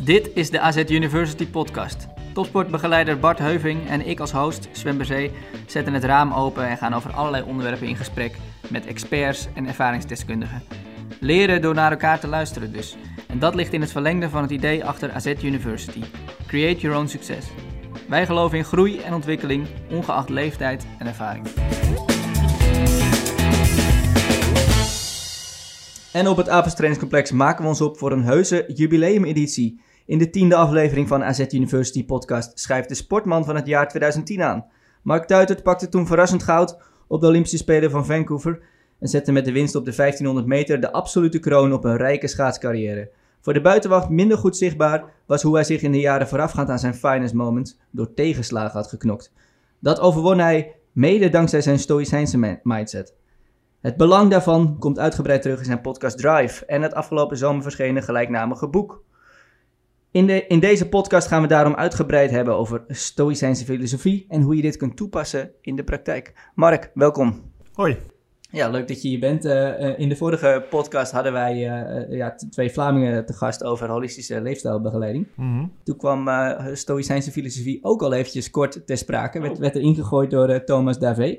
Dit is de AZ University podcast. Topsportbegeleider Bart Heuving en ik als host, Sven Berzee, zetten het raam open en gaan over allerlei onderwerpen in gesprek met experts en ervaringsdeskundigen. Leren door naar elkaar te luisteren dus. En dat ligt in het verlengde van het idee achter AZ University. Create your own success. Wij geloven in groei en ontwikkeling, ongeacht leeftijd en ervaring. En op het Apens Trainingscomplex maken we ons op voor een heuse jubileumeditie. In de 10e aflevering van AZ University podcast schrijft de sportman van het jaar 2010 aan. Mark Tuitert pakte toen verrassend goud op de Olympische Spelen van Vancouver en zette met de winst op de 1500 meter de absolute kroon op een rijke schaatscarrière. Voor de buitenwacht minder goed zichtbaar was hoe hij zich in de jaren voorafgaand aan zijn finest moments door tegenslagen had geknokt. Dat overwon hij mede dankzij zijn stoïcijnse mindset. Het belang daarvan komt uitgebreid terug in zijn podcast Drive en het afgelopen zomer verschenen gelijknamige boek. In deze podcast gaan we daarom uitgebreid hebben over stoïcijnse filosofie en hoe je dit kunt toepassen in de praktijk. Mark, welkom. Hoi. Ja, leuk dat je hier bent. In de vorige podcast hadden wij 2 Vlamingen te gast over holistische leefstijlbegeleiding. Mm-hmm. Toen kwam stoïcijnse filosofie ook al eventjes kort ter sprake. Werd er ingegooid door Thomas Davé.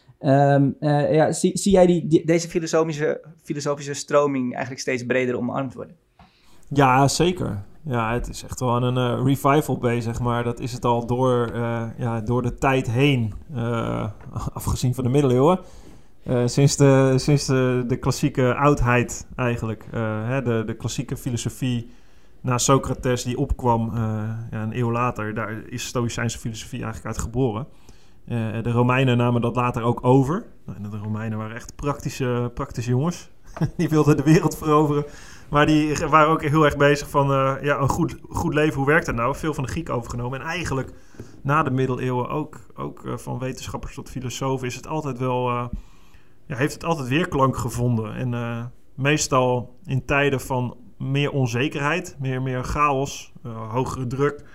Zie jij deze filosofische stroming eigenlijk steeds breder omarmd worden? Ja, zeker. Ja, het is echt wel een revival bezig, maar dat is het al door de tijd heen, afgezien van de middeleeuwen. Sinds de klassieke oudheid eigenlijk. De klassieke filosofie na Socrates die opkwam een eeuw later, daar is stoïcijnse filosofie eigenlijk uit geboren. De Romeinen namen dat later ook over. De Romeinen waren echt praktische jongens. Die wilden de wereld veroveren. Maar die waren ook heel erg bezig van een goed leven, hoe werkt dat nou? Veel van de Grieken overgenomen. En eigenlijk na de middeleeuwen ook van wetenschappers tot filosofen is het altijd wel... heeft het altijd weerklank gevonden. En meestal in tijden van meer onzekerheid, meer chaos, hogere druk...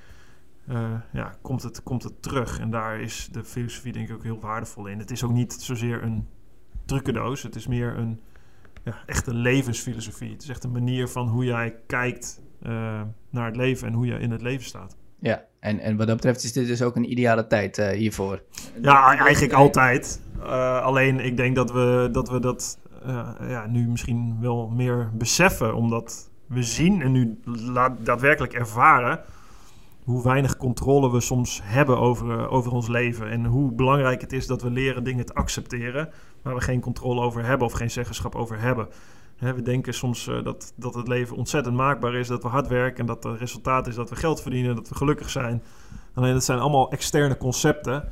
komt het terug. En daar is de filosofie denk ik ook heel waardevol in. Het is ook niet zozeer een trucendoos. Het is meer echt een levensfilosofie. Het is echt een manier van hoe jij kijkt naar het leven en hoe je in het leven staat. Ja, en wat dat betreft is dit dus ook een ideale tijd hiervoor. Ja, eigenlijk altijd. Alleen ik denk dat we dat nu misschien wel meer beseffen. Omdat we zien en nu daadwerkelijk ervaren hoe weinig controle we soms hebben over ons leven. En hoe belangrijk het is dat we leren dingen te accepteren waar we geen controle over hebben of geen zeggenschap over hebben. We denken soms dat het leven ontzettend maakbaar is, dat we hard werken en dat het resultaat is dat we geld verdienen, dat we gelukkig zijn. Alleen dat zijn allemaal externe concepten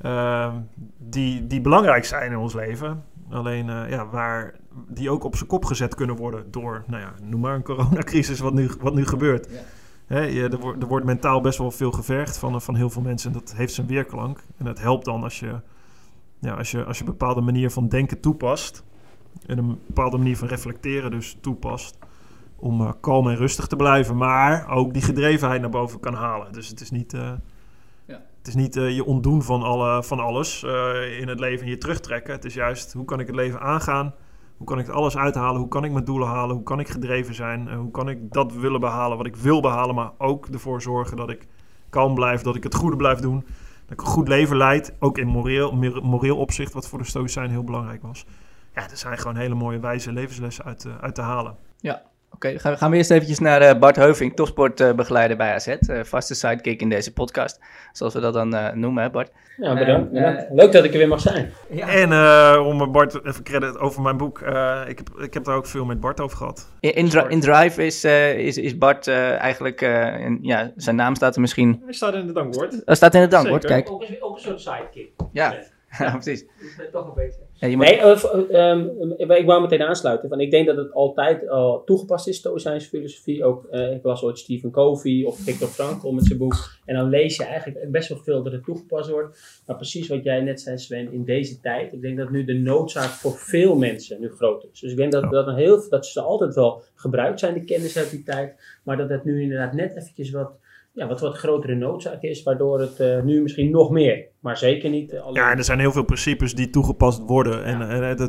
die belangrijk zijn in ons leven. Alleen waar die ook op zijn kop gezet kunnen worden door, noem maar een coronacrisis wat nu gebeurt. Ja. Er wordt mentaal best wel veel gevergd van heel veel mensen. En dat heeft zijn weerklank. En het helpt dan als je een bepaalde manier van denken toepast. En een bepaalde manier van reflecteren dus toepast. Om kalm en rustig te blijven. Maar ook die gedrevenheid naar boven kan halen. Dus het is niet je ontdoen van alles in het leven en je terugtrekken. Het is juist hoe kan ik het leven aangaan. Hoe kan ik het alles uithalen? Hoe kan ik mijn doelen halen? Hoe kan ik gedreven zijn? Hoe kan ik dat willen behalen wat ik wil behalen? Maar ook ervoor zorgen dat ik kalm blijf, dat ik het goede blijf doen. Dat ik een goed leven leid, ook in moreel opzicht, wat voor de Stoïcijnen heel belangrijk was. Ja, er zijn gewoon hele mooie wijze levenslessen uit te halen. Ja, oké. Gaan we eerst eventjes naar Bart Heuving, topsportbegeleider bij AZ. Vaste sidekick in deze podcast, zoals we dat dan noemen, hè Bart? Ja, bedankt. Leuk dat ik er weer mag zijn. Ja. En om Bart even credit over mijn boek. Ik heb daar ook veel met Bart over gehad. In Drive is Bart eigenlijk... zijn naam staat er misschien... Hij staat in het dankwoord. Hij staat in het dankwoord, Zeker. Kijk. Ook een soort sidekick. Ja, precies. Toch een beetje. Ja, ik wou meteen aansluiten. Want ik denk dat het altijd toegepast is, stoïcijnse filosofie. Ook, ik las ooit Stephen Covey of Viktor Frankl met zijn boek. En dan lees je eigenlijk best wel veel dat het toegepast wordt. Maar precies wat jij net zei, Sven, in deze tijd. Ik denk dat nu de noodzaak voor veel mensen nu groot is. Dus ik denk dat ze altijd wel gebruikt zijn, de kennis uit die tijd. Maar dat het nu inderdaad net eventjes wat grotere noodzaak is, waardoor het nu misschien nog meer, maar zeker niet... Ja, en er zijn heel veel principes die toegepast worden. En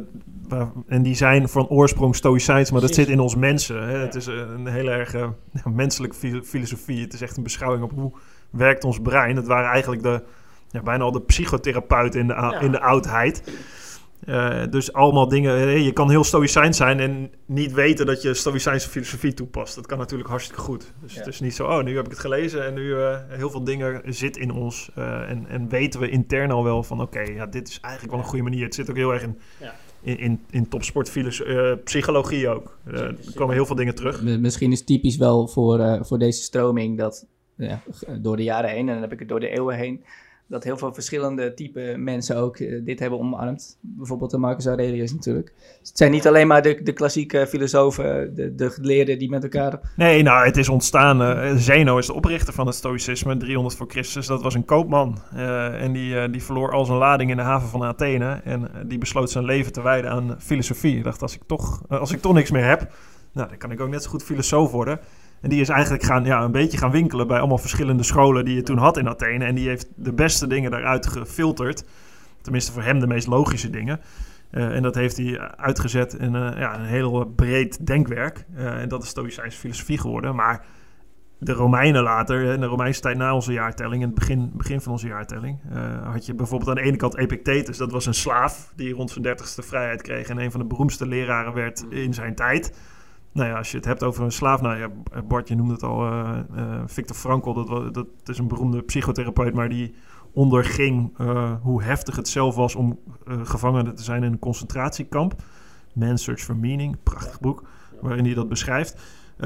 en die zijn van oorsprong stoïcijns, maar dat Precies. zit in ons mensen. Hè? Ja. Het is een hele erg menselijke filosofie. Het is echt een beschouwing op hoe werkt ons brein. Het waren eigenlijk bijna al de psychotherapeuten in de oudheid. Dus allemaal dingen. Je kan heel stoïcijns zijn en niet weten dat je stoïcijnse filosofie toepast. Dat kan natuurlijk hartstikke goed. Dus het is niet zo, nu heb ik het gelezen en nu heel veel dingen zit in ons. En weten we intern al wel van dit is eigenlijk wel een goede manier. Het zit ook heel erg in topsportpsychologie ook. Er komen heel veel dingen terug. Misschien is typisch wel voor deze stroming dat door de jaren heen, en dan heb ik het door de eeuwen heen, dat heel veel verschillende type mensen ook dit hebben omarmd. Bijvoorbeeld de Marcus Aurelius natuurlijk. Dus het zijn niet alleen maar de klassieke filosofen, de geleerden die met elkaar... Nee, het is ontstaan. Zeno is de oprichter van het stoïcisme, 300 voor Christus. Dat was een koopman. En die verloor al zijn lading in de haven van Athene. En die besloot zijn leven te wijden aan filosofie. Hij dacht, als ik toch niks meer heb, dan kan ik ook net zo goed filosoof worden. En die is eigenlijk een beetje gaan winkelen bij allemaal verschillende scholen die je toen had in Athene. En die heeft de beste dingen daaruit gefilterd. Tenminste voor hem de meest logische dingen. En dat heeft hij uitgezet in een heel breed denkwerk. En dat is stoïcijnse filosofie geworden. Maar de Romeinen later, in de Romeinse tijd na onze jaartelling, in het begin van onze jaartelling, had je bijvoorbeeld aan de ene kant Epictetus. Dat was een slaaf die rond zijn 30ste vrijheid kreeg en een van de beroemdste leraren werd in zijn tijd. Als je het hebt over een slaaf... Bart, je noemde het al, Viktor Frankl, dat is een beroemde psychotherapeut, maar die onderging hoe heftig het zelf was om gevangen te zijn in een concentratiekamp. Man's Search for Meaning, prachtig boek, waarin hij dat beschrijft.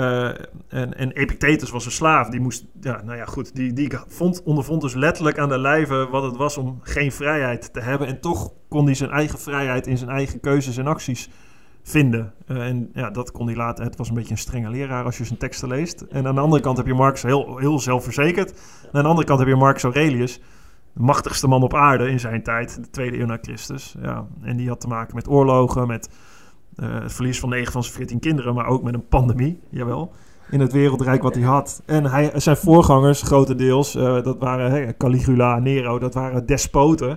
En Epictetus was een slaaf, die moest... die ondervond dus letterlijk aan de lijve wat het was om geen vrijheid te hebben. En toch kon hij zijn eigen vrijheid in zijn eigen keuzes en acties vinden. Dat kon hij later. Het was een beetje een strenge leraar als je zijn teksten leest. En aan de andere kant heb je Marcus heel, heel zelfverzekerd. En aan de andere kant heb je Marcus Aurelius, de machtigste man op aarde in zijn tijd, de 2e eeuw na Christus. Ja, en die had te maken met oorlogen, met het verlies van 9 van zijn 14 kinderen, maar ook met een pandemie, jawel, in het wereldrijk wat hij had. En zijn voorgangers, grotendeels, dat waren Caligula, Nero, dat waren despoten.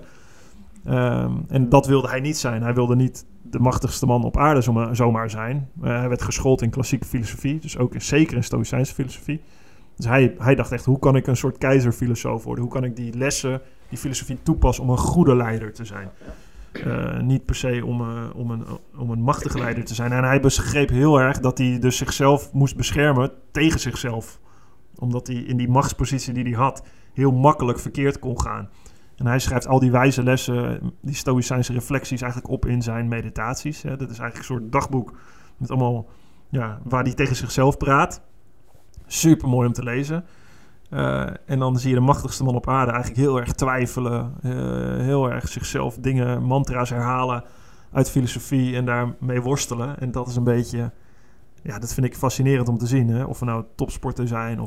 En dat wilde hij niet zijn. Hij wilde niet de machtigste man op aarde zomaar zijn. Hij werd geschoold in klassieke filosofie, dus ook zeker in stoïcijnse filosofie. Dus hij dacht echt, hoe kan ik een soort keizerfilosoof worden? Hoe kan ik die lessen, die filosofie toepassen om een goede leider te zijn? Niet per se om een machtige leider te zijn. En hij begreep heel erg dat hij dus zichzelf moest beschermen tegen zichzelf. Omdat hij in die machtspositie die hij had heel makkelijk verkeerd kon gaan. En hij schrijft al die wijze lessen, die stoïcijnse reflecties eigenlijk op in zijn meditaties. Dat is eigenlijk een soort dagboek met allemaal, waar hij tegen zichzelf praat. Super mooi om te lezen. En dan zie je de machtigste man op aarde eigenlijk heel erg twijfelen. Heel erg zichzelf mantra's herhalen uit filosofie en daarmee worstelen. En dat is een beetje, dat vind ik fascinerend om te zien. Hè? Of we nou topsporter zijn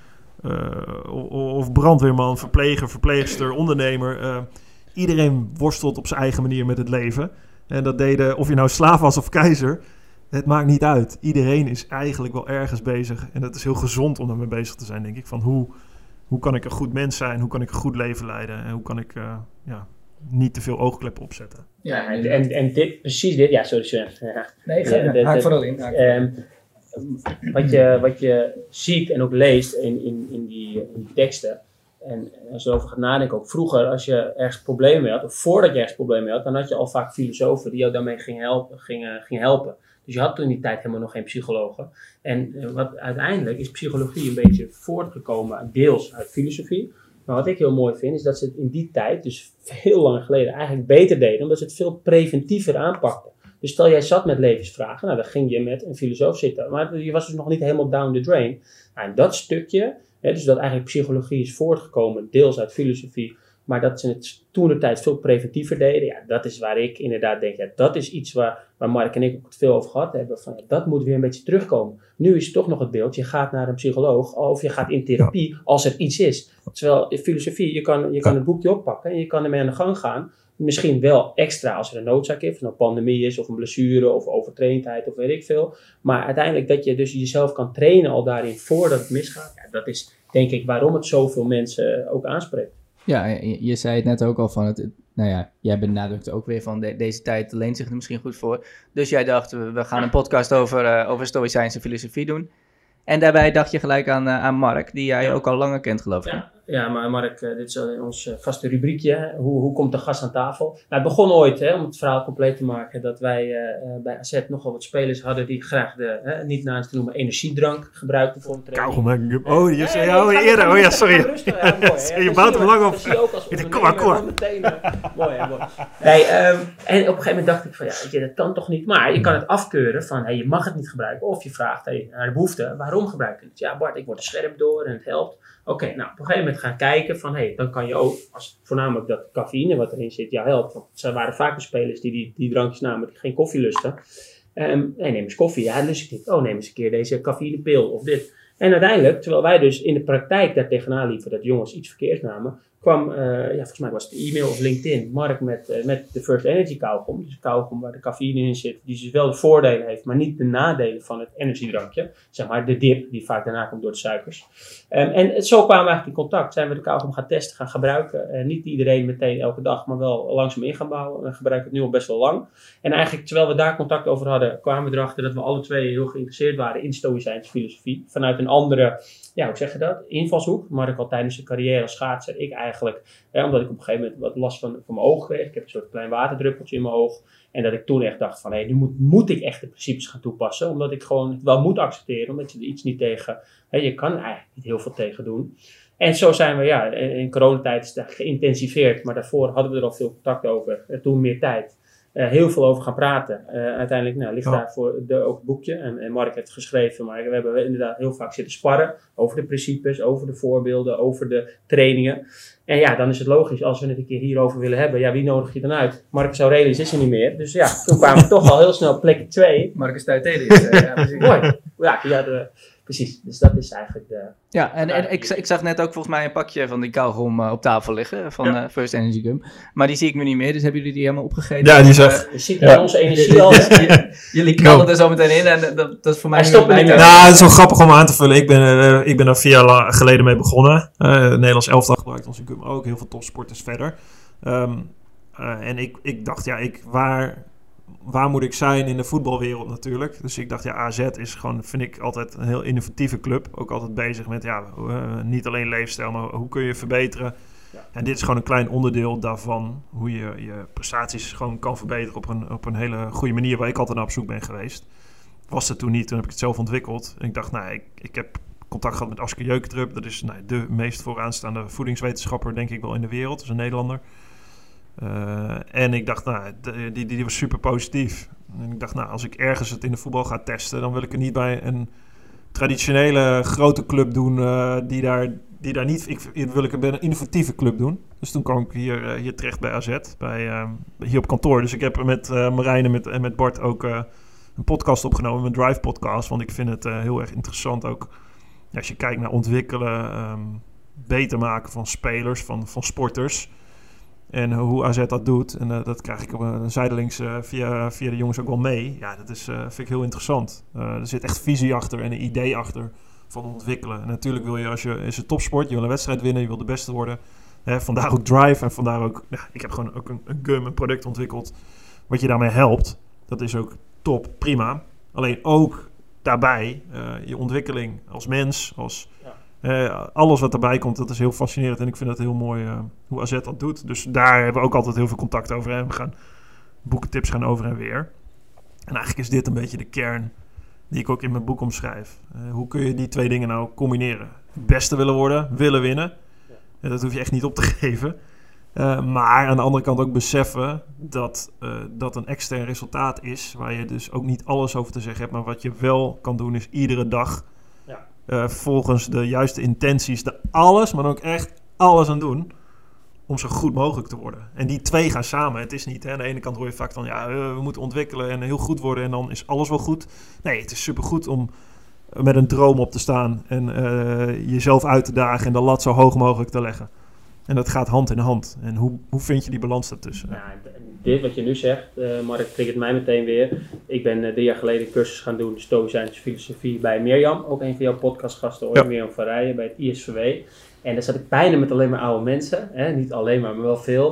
of brandweerman, verpleger, verpleegster, ondernemer. Iedereen worstelt op zijn eigen manier met het leven. En dat deden, of je nou slaaf was of keizer, het maakt niet uit. Iedereen is eigenlijk wel ergens bezig. En dat is heel gezond om daarmee bezig te zijn, denk ik. Van hoe kan ik een goed mens zijn? Hoe kan ik een goed leven leiden? En hoe kan ik niet te veel oogkleppen opzetten? Ja, en precies dit... Ja, sorry. Ja. Nee, haak vooral in. Wat je ziet en ook leest in die teksten, en als je erover gaat nadenken, ook vroeger als je ergens problemen mee had, of voordat je ergens problemen mee had, dan had je al vaak filosofen die jou daarmee gingen helpen. Dus je had toen in die tijd helemaal nog geen psychologen. En uiteindelijk is psychologie een beetje voortgekomen, deels uit filosofie. Maar wat ik heel mooi vind, is dat ze het in die tijd, dus heel lang geleden, eigenlijk beter deden, omdat ze het veel preventiever aanpakten. Dus stel jij zat met levensvragen, dan ging je met een filosoof zitten. Maar je was dus nog niet helemaal down the drain. En dat stukje, dus dat eigenlijk psychologie is voortgekomen, deels uit filosofie, maar dat ze het toen de tijd veel preventiever deden. Dat is waar ik inderdaad denk, dat is iets waar Mark en ik ook het veel over gehad hebben. Van, dat moet weer een beetje terugkomen. Nu is het toch nog het beeld, je gaat naar een psycholoog of je gaat in therapie als er iets is. Terwijl in filosofie, je kan het boekje oppakken en je kan ermee aan de gang gaan. Misschien wel extra als er een noodzaak is, of een pandemie is, of een blessure, of overtraindheid, of weet ik veel. Maar uiteindelijk dat je dus jezelf kan trainen al daarin voordat het misgaat. Dat is denk ik waarom het zoveel mensen ook aanspreekt. Ja, je zei het net ook al van nou ja, jij benadrukt ook weer van deze tijd leent zich er misschien goed voor. Dus jij dacht, we gaan een podcast over stoïcijnse filosofie doen. En daarbij dacht je gelijk aan Mark, die jij ook al langer kent, geloof ik. Ja, maar Mark, dit is ons vaste rubriekje. Hoe komt de gast aan tafel? Nou, het begon ooit, om het verhaal compleet te maken, dat wij bij AZ nogal wat spelers hadden die graag de, niet naast te noemen, energiedrank gebruikten voor een training. Sorry. Je bouwt hem lang op. Kom maar. Mooi. Nee, en op een gegeven moment dacht ik van, dat kan toch niet. Maar je kan het afkeuren van, je mag het niet gebruiken. Of je vraagt naar de behoefte, waarom gebruik je het? Ja, Bart, ik word er scherp door en het helpt. Oké, nou, op een gegeven moment gaan kijken van, dan kan je ook, als voornamelijk dat cafeïne wat erin zit, helpt. Want er waren vaker spelers die drankjes namen, die geen koffie lusten. Neem eens koffie, lust ik niet. Neem eens een keer deze cafeïnepil of dit. En uiteindelijk, terwijl wij dus in de praktijk daar tegenaan liepen dat jongens iets verkeerds namen, kwam, volgens mij was het e-mail of LinkedIn, Mark met de First Energy kauwgom. Dus een kauwgom waar de cafeïne in zit, die dus wel de voordelen heeft, maar niet de nadelen van het energiedrankje. Zeg maar de dip, die vaak daarna komt door de suikers. En zo kwamen we eigenlijk in contact. Zijn we de kauwgom gaan testen, gaan gebruiken. Niet iedereen meteen elke dag, maar wel langzaam in gaan bouwen. We gebruiken het nu al best wel lang. En eigenlijk, terwijl we daar contact over hadden, kwamen we erachter dat we alle twee heel geïnteresseerd waren in stoïcijnse filosofie. Vanuit een andere, hoe zeg je dat, invalshoek. Mark al tijdens zijn carrière als schaatser, ik eigenlijk, omdat ik op een gegeven moment wat last van mijn oog kreeg. Ik heb een soort klein waterdruppeltje in mijn oog. En dat ik toen echt dacht van, nu moet ik echt de principes gaan toepassen. Omdat ik gewoon het wel moet accepteren. Omdat je er iets niet tegen, je kan eigenlijk niet heel veel tegen doen. En zo zijn we, in coronatijd is het geïntensiveerd. Maar daarvoor hadden we er al veel contact over. Toen meer tijd. Heel veel over gaan praten. Uiteindelijk ligt daarvoor ook het boekje. En Mark heeft het geschreven. Maar we hebben inderdaad heel vaak zitten sparren. Over de principes, over de voorbeelden, over de trainingen. En dan is het logisch als we het een keer hierover willen hebben. Wie nodig je dan uit? Marcus Aurelius is er niet meer. Dus toen kwamen we toch al heel snel op plek 2. Marcus Tuitelius. Mooi. Precies, dus dat is eigenlijk de... Ja, en ik zag net ook volgens mij een pakje van die kauwgom op tafel liggen, van First Energy Gum. Maar die zie ik nu niet meer, dus hebben jullie die helemaal opgegeten? Ja, die zag... Je ziet in onze energie al. Jullie knallen er zo meteen in en dat is voor mij... het is wel grappig om aan te vullen. Ik ben er 4 jaar geleden mee begonnen. Het Nederlands elftal gebruikt onze Gum ook, heel veel topsporters verder. En ik dacht, waar moet ik zijn in de voetbalwereld natuurlijk. Dus ik dacht, AZ is gewoon, vind ik altijd een heel innovatieve club. Ook altijd bezig met, niet alleen leefstijl, maar hoe kun je verbeteren. Ja. En dit is gewoon een klein onderdeel daarvan. Hoe je je prestaties gewoon kan verbeteren op een hele goede manier. Waar ik altijd naar op zoek ben geweest. Was dat toen niet, toen heb ik het zelf ontwikkeld. En ik dacht, ik heb contact gehad met Asker Jeukentrup. Dat is de meest vooraanstaande voedingswetenschapper, denk ik wel, in de wereld. Dat is een Nederlander. En ik dacht, die was super positief. En ik dacht, als ik ergens het in de voetbal ga testen, dan wil ik het niet bij een traditionele grote club doen die daar niet... Ik wil het bij een innovatieve club doen. Dus toen kwam ik hier terecht bij AZ, hier op kantoor. Dus ik heb met Marijn en met Bart ook een podcast opgenomen, een Drive podcast. Want ik vind het heel erg interessant ook, als je kijkt naar ontwikkelen, beter maken van spelers, van sporters. En hoe AZ dat doet, en dat krijg ik zijdelings via de jongens ook wel mee. Ja, dat vind ik heel interessant. Er zit echt visie achter en een idee achter van ontwikkelen. En natuurlijk wil je, is het topsport, je wil een wedstrijd winnen, je wil de beste worden. Vandaar ook Drive en vandaar ook, ik heb gewoon ook een gum, een product ontwikkeld wat je daarmee helpt. Dat is ook top, prima. Alleen ook daarbij je ontwikkeling als mens, als... alles wat erbij komt, dat is heel fascinerend. En ik vind het heel mooi hoe AZ dat doet. Dus daar hebben we ook altijd heel veel contact over. En we gaan boekentips gaan over en weer. En eigenlijk is dit een beetje de kern die ik ook in mijn boek omschrijf. Hoe kun je die 2 dingen nou combineren? Het beste willen worden, willen winnen. Dat hoef je echt niet op te geven. Maar aan de andere kant ook beseffen dat een extern resultaat is, waar je dus ook niet alles over te zeggen hebt. Maar wat je wel kan doen is iedere dag... volgens de juiste intenties maar dan ook echt alles aan doen om zo goed mogelijk te worden. En die 2 gaan samen. Het is niet, aan de ene kant hoor je vaak van we moeten ontwikkelen en heel goed worden en dan is alles wel goed. Nee, het is supergoed om met een droom op te staan en jezelf uit te dagen en de lat zo hoog mogelijk te leggen. En dat gaat hand in hand. En hoe vind je die balans daartussen? Dit wat je nu zegt, Mark, triggert mij meteen weer. Ik ben 3 jaar geleden een cursus gaan doen, stoïcijnse filosofie, bij Mirjam. Ook een van jouw podcastgasten hoor, Mirjam van Rijen, bij het ISVW. En daar zat ik bijna met alleen maar oude mensen. Niet alleen maar wel veel.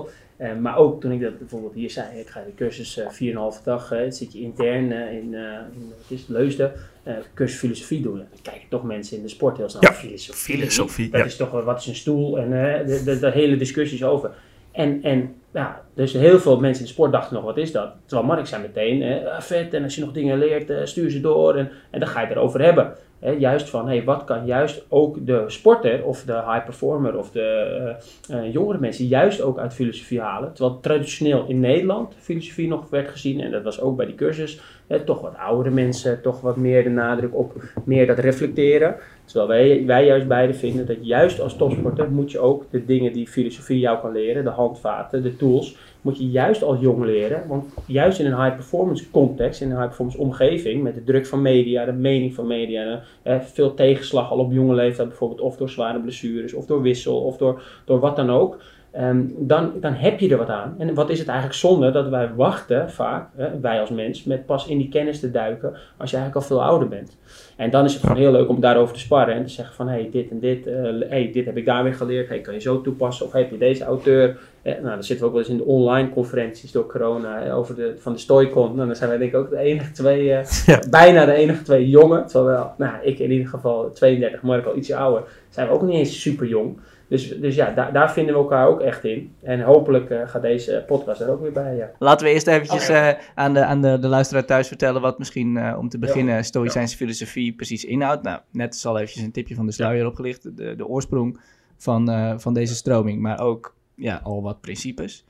Maar ook toen ik dat bijvoorbeeld hier zei, ik ga de cursus 4,5 dag, zit je intern in Leusden, cursus filosofie doen. Dan kijken toch mensen in de sport heel snel. Ja, filosofie. Dat is toch wat is een stoel en de hele discussies over. En dus heel veel mensen in de sport dachten nog, wat is dat? Terwijl Mark zei meteen, vet, en als je nog dingen leert, stuur ze door en dan ga je het erover hebben. Juist van, wat kan juist ook de sporter of de high performer of de jongere mensen juist ook uit filosofie halen. Terwijl traditioneel in Nederland filosofie nog werd gezien, en dat was ook bij die cursus, toch wat oudere mensen, toch wat meer de nadruk op meer dat reflecteren. Terwijl wij juist beide vinden dat juist als topsporter moet je ook de dingen die filosofie jou kan leren, de handvaten, de tools, moet je juist al jong leren. Want juist in een high performance context, in een high performance omgeving, met de druk van media, de mening van media, veel tegenslag al op jonge leeftijd bijvoorbeeld, of door zware blessures, of door wissel, of door wat dan ook. Dan heb je er wat aan. En wat is het eigenlijk zonde dat wij wachten vaak, wij als mens, met pas in die kennis te duiken als je eigenlijk al veel ouder bent. En dan is het gewoon heel leuk om daarover te sparren en te zeggen van dit en dit, dit heb ik daar weer geleerd, kan je zo toepassen, of heb je deze auteur. Dan zitten we ook wel eens in de online conferenties door corona van de Stoicon. Dan zijn wij denk ik ook de enige twee, bijna de enige twee jongen. Terwijl ik in ieder geval 32, Mark al ietsje ouder, zijn we ook niet eens super jong. Dus daar vinden we elkaar ook echt in. En hopelijk gaat deze podcast er ook weer bij. Ja. Laten we eerst eventjes aan de luisteraar thuis vertellen wat misschien om te beginnen Stoïcijnse filosofie precies inhoudt. Nou, net is al eventjes een tipje van de sluier opgelicht. De oorsprong van deze stroming, maar ook al wat principes.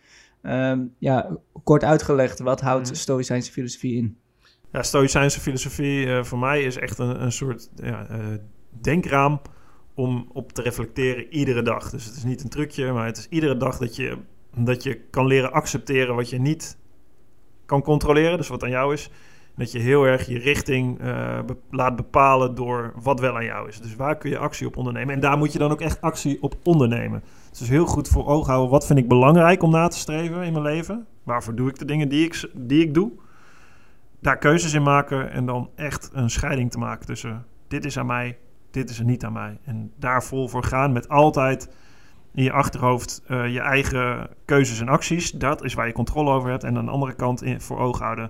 Kort uitgelegd, wat houdt Stoïcijnse filosofie in? Ja, Stoïcijnse filosofie voor mij is echt een soort denkraam om op te reflecteren iedere dag. Dus het is niet een trucje, maar het is iedere dag dat je kan leren accepteren wat je niet kan controleren, dus wat aan jou is. Dat je heel erg je richting laat bepalen door wat wel aan jou is. Dus waar kun je actie op ondernemen? En daar moet je dan ook echt actie op ondernemen. Dus heel goed voor ogen houden, wat vind ik belangrijk om na te streven in mijn leven? Waarvoor doe ik de dingen die ik doe? Daar keuzes in maken en dan echt een scheiding te maken tussen dit is aan mij, dit is er niet aan mij. En daar vol voor gaan met altijd in je achterhoofd je eigen keuzes en acties. Dat is waar je controle over hebt. En aan de andere kant voor ogen houden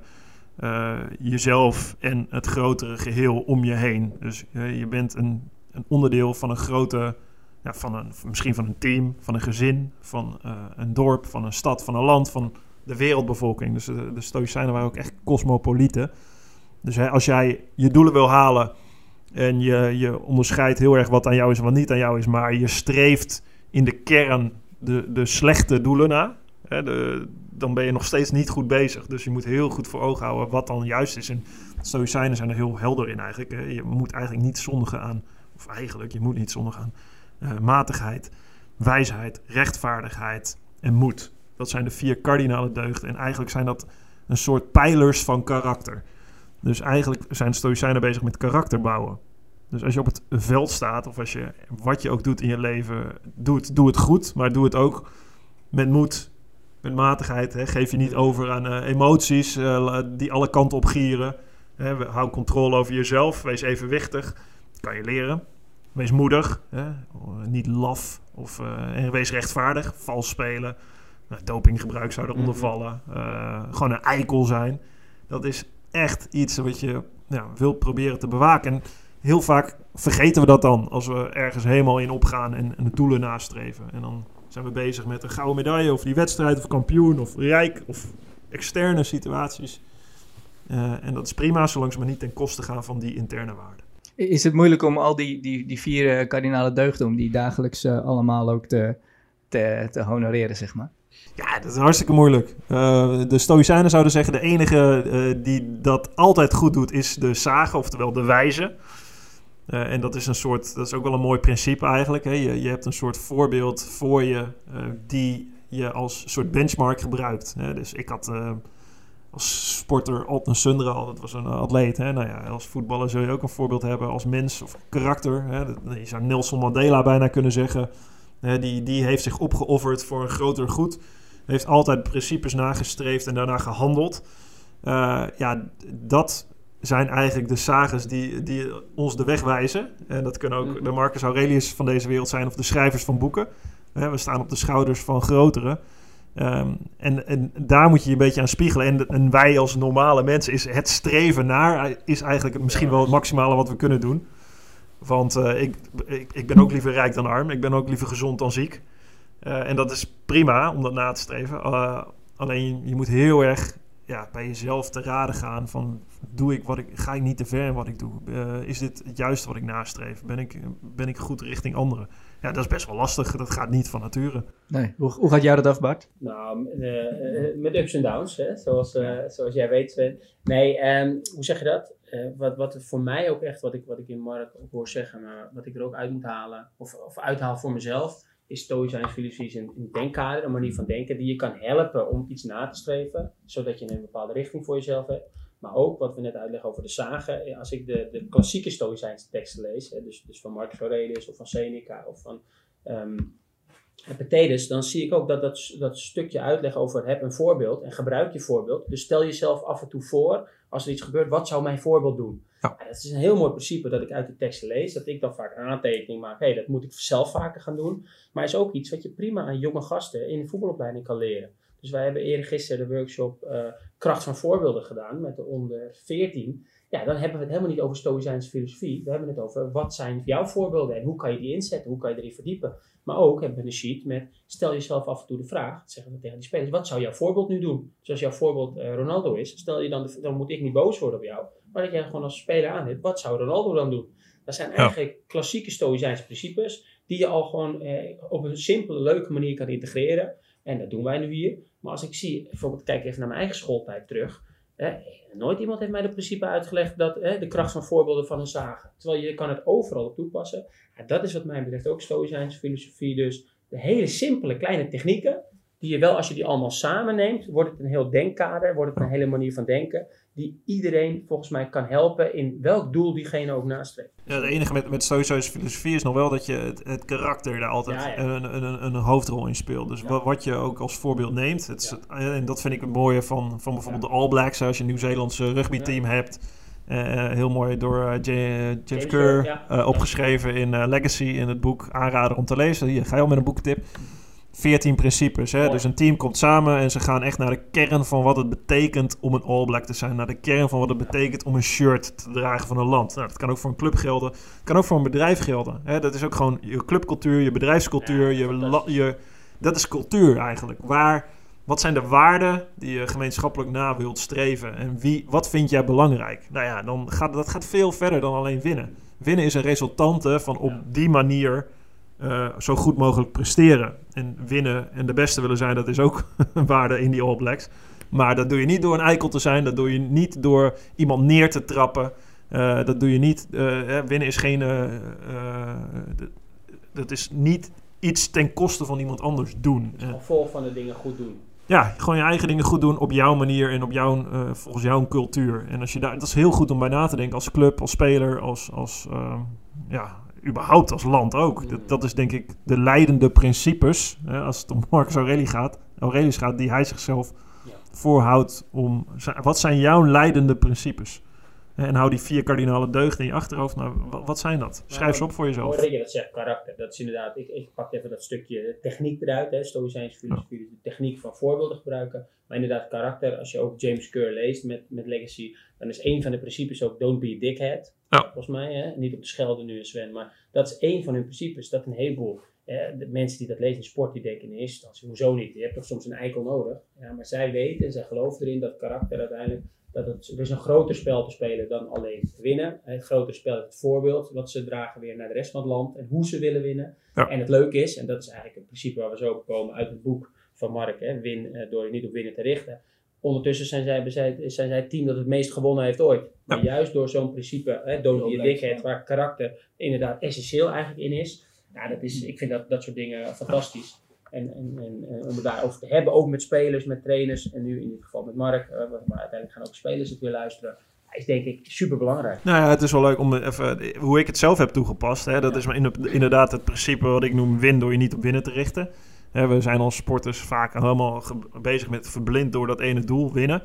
jezelf en het grotere geheel om je heen. Dus je bent een onderdeel van een grote, misschien van een team, van een gezin, van een dorp, van een stad, van een land, van de wereldbevolking. Dus de Stoïcijnen waren ook echt cosmopolieten. Dus als jij je doelen wil halen en je onderscheidt heel erg wat aan jou is en wat niet aan jou is, maar je streeft in de kern de slechte doelen na, dan ben je nog steeds niet goed bezig. Dus je moet heel goed voor ogen houden wat dan juist is. En Stoïcijnen zijn er heel helder in eigenlijk. Je moet eigenlijk niet zondigen aan, je moet niet zondigen aan matigheid, wijsheid, rechtvaardigheid en moed. Dat zijn de 4 kardinale deugden. En eigenlijk zijn dat een soort pijlers van karakter. Dus eigenlijk zijn Stoïcijnen bezig met karakter bouwen. Dus als je op het veld staat, of wat je ook doet in je leven, doe het goed, maar doe het ook met moed, met matigheid. Geef je niet over aan emoties die alle kanten op gieren. Hou controle over jezelf, wees evenwichtig, dat kan je leren. Wees moedig, niet laf, en wees rechtvaardig, vals spelen. Dopinggebruik zou eronder vallen. Gewoon een eikel zijn. Dat is echt iets wat je wilt proberen te bewaken. En heel vaak vergeten we dat dan als we ergens helemaal in opgaan en de doelen nastreven. En dan zijn we bezig met een gouden medaille of die wedstrijd of kampioen of rijk of externe situaties. En dat is prima, zolang ze maar niet ten koste gaan van die interne waarden. Is het moeilijk om al die 4 kardinale deugden, om die dagelijks allemaal ook te honoreren, zeg maar? Ja, dat is hartstikke moeilijk. De Stoïcijnen zouden zeggen, de enige die dat altijd goed doet is de sage, oftewel de wijze. En dat is ook wel een mooi principe eigenlijk. Hè? Je hebt een soort voorbeeld voor je die je als soort benchmark gebruikt. Hè? Dus ik had als sporter Alton Sundaral, dat was een atleet. Hè? Als voetballer zul je ook een voorbeeld hebben als mens of karakter. Hè? Je zou Nelson Mandela bijna kunnen zeggen. Die heeft zich opgeofferd voor een groter goed. Heeft altijd principes nagestreefd en daarna gehandeld. Dat zijn eigenlijk de sages die ons de weg wijzen. En dat kunnen ook de Marcus Aurelius van deze wereld zijn of de schrijvers van boeken. We staan op de schouders van grotere. En daar moet je een beetje aan spiegelen. En wij als normale mensen, is het streven naar, is eigenlijk misschien wel het maximale wat we kunnen doen. Want ik ben ook liever rijk dan arm. Ik ben ook liever gezond dan ziek. En dat is prima om dat na te streven. Alleen je moet heel erg bij jezelf te raden gaan van, ga ik niet te ver in wat ik doe? Is dit het juiste wat ik nastreef? Ben ik goed richting anderen? Ja, dat is best wel lastig. Dat gaat niet van nature. Nee. Hoe gaat jou dat af, Bart? Nou, met ups en downs, hè? Zoals jij weet, Sven. Nee, hoe zeg je dat? Wat voor mij ook echt, wat ik in Mark ook hoor zeggen, maar wat ik er ook uit moet halen, of uithaal voor mezelf, is stoïcijns filosofie een denkkader, een manier van denken die je kan helpen om iets na te streven, zodat je een bepaalde richting voor jezelf hebt. Maar ook wat we net uitleggen over de zagen. Als ik de klassieke stoïcijnse teksten lees, dus van Marcus Aurelius of van Seneca of van Epictetus, dan zie ik ook dat stukje uitleg over heb een voorbeeld en gebruik je voorbeeld. Dus stel jezelf af en toe voor, als er iets gebeurt, wat zou mijn voorbeeld doen? Ja, dat is een heel mooi principe dat ik uit de teksten lees, dat ik dan vaak een aantekening maak. Dat moet ik zelf vaker gaan doen. Maar is ook iets wat je prima aan jonge gasten in de voetbalopleiding kan leren. Dus wij hebben eergisteren de workshop Kracht van Voorbeelden gedaan met de onder 14. Ja, dan hebben we het helemaal niet over stoïcijnse filosofie. We hebben het over wat zijn jouw voorbeelden en hoe kan je die inzetten, hoe kan je erin verdiepen. Maar ook hebben we een sheet met stel jezelf af en toe de vraag, dat zeggen we tegen die spelers, wat zou jouw voorbeeld nu doen? Zoals jouw voorbeeld Ronaldo is, stel je dan moet ik niet boos worden op jou, maar dat jij gewoon als speler aanneemt, wat zou Ronaldo dan doen? Dat zijn eigenlijk klassieke stoïcijnse principes die je al gewoon op een simpele, leuke manier kan integreren. En dat doen wij nu hier. Maar als ik zie, bijvoorbeeld kijk even naar mijn eigen schooltijd terug. Nooit iemand heeft mij de principe uitgelegd dat de kracht van voorbeelden van een zagen. Terwijl je kan het overal op toepassen. Ja, dat is wat mij betreft ook stoïcijnse filosofie. Dus de hele simpele kleine technieken, die je wel als je die allemaal samen neemt, wordt het een heel denkkader, wordt het een hele manier van denken, die iedereen volgens mij kan helpen in welk doel diegene ook nastreeft. Ja, het enige met stoïcijnse filosofie is nog wel dat je het karakter daar altijd een hoofdrol in speelt. Dus wat je ook als voorbeeld neemt. En dat vind ik het mooie van bijvoorbeeld de All Blacks. Als je een Nieuw-Zeelandse rugbyteam hebt. Heel mooi door James Kerr opgeschreven in Legacy, in het boek Aanrader om te lezen. Hier, ga je al met een boektip. 14 principes. Hè? Dus een team komt samen en ze gaan echt naar de kern van wat het betekent om een All Black te zijn. Naar de kern van wat het betekent om een shirt te dragen van een land. Nou, dat kan ook voor een club gelden. Dat kan ook voor een bedrijf gelden. Hè? Dat is ook gewoon je clubcultuur, je bedrijfscultuur. Dat is cultuur eigenlijk. Wat zijn de waarden die je gemeenschappelijk na wilt streven? En wat vind jij belangrijk? Nou ja, dat gaat veel verder dan alleen winnen. Winnen is een resultante van op die manier zo goed mogelijk presteren. En winnen en de beste willen zijn, dat is ook een waarde in die All Blacks. Maar dat doe je niet door een eikel te zijn. Dat doe je niet door iemand neer te trappen. Dat doe je niet. Winnen is geen... dat is niet iets ten koste van iemand anders doen. Vol van de dingen goed doen. Ja, gewoon je eigen dingen goed doen op jouw manier en op volgens jouw cultuur. En dat is heel goed om bij na te denken als club, als speler, als überhaupt als land ook. Dat is denk ik de leidende principes, als het om Marcus Aurelius gaat, die hij zichzelf voorhoudt om... Wat zijn jouw leidende principes? En hou die 4 kardinale deugden in je achterhoofd. Nou, wat zijn dat? Schrijf ze op voor jezelf. Dat je dat zegt, karakter. Dat is inderdaad... Ik pak even dat stukje techniek eruit. Stoïcijnse filosofie, de techniek van voorbeelden gebruiken. Maar inderdaad, karakter. Als je ook James Kerr leest met Legacy, dan is een van de principes ook don't be a dickhead. Ja. Volgens mij, niet op de schelden nu, Sven. Maar dat is één van hun principes. Dat een heleboel de mensen die dat lezen in sport, die denken in eerste instantie, hoezo niet? Je hebt toch soms een eikel nodig? Ja, maar zij weten en zij geloven erin dat karakter uiteindelijk... Er is een groter spel te spelen dan alleen winnen. Het grotere spel is het voorbeeld wat ze dragen weer naar de rest van het land en hoe ze willen winnen. Ja. En het leuke is, en dat is eigenlijk het principe waar we zo op komen uit het boek van Mark, win door je niet op winnen te richten. Ondertussen zijn zij het team dat het meest gewonnen heeft ooit. Maar juist door zo'n principe, don't be a dickhead, waar karakter inderdaad essentieel eigenlijk in is. Nou, ik vind dat soort dingen fantastisch. En om het daarover te hebben, ook met spelers, met trainers en nu in dit geval met Mark, maar uiteindelijk gaan ook spelers het weer luisteren. Dat is denk ik super belangrijk. Nou ja, het is wel leuk om even, hoe ik het zelf heb toegepast. Dat is inderdaad het principe wat ik noem win door je niet op winnen te richten. We zijn als sporters vaak helemaal bezig met verblind door dat ene doel, winnen.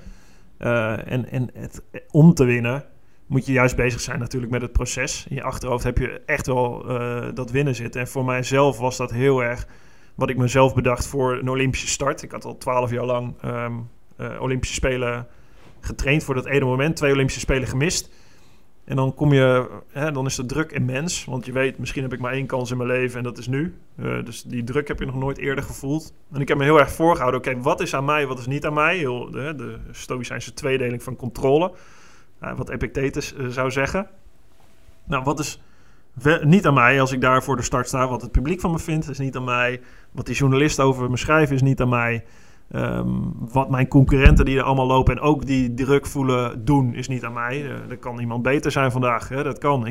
Om te winnen moet je juist bezig zijn natuurlijk met het proces. In je achterhoofd heb je echt wel dat winnen zitten. En voor mijzelf was dat heel erg... wat ik mezelf bedacht voor een Olympische start. Ik had al 12 jaar lang Olympische Spelen getraind voor dat ene moment. 2 Olympische Spelen gemist. En dan dan is de druk immens. Want je weet, misschien heb ik maar 1 kans in mijn leven en dat is nu. Dus die druk heb je nog nooit eerder gevoeld. En ik heb me heel erg voorgehouden. Oké, wat is aan mij, wat is niet aan mij? De Stoïcijnse tweedeling van controle. Wat Epictetus zou zeggen. Nou, wat is niet aan mij als ik daar voor de start sta? Wat het publiek van me vindt, is niet aan mij. Wat die journalisten over me schrijven, is niet aan mij. Wat mijn concurrenten die er allemaal lopen en ook die druk voelen doen, is niet aan mij. Er kan iemand beter zijn vandaag. Hè? Dat kan.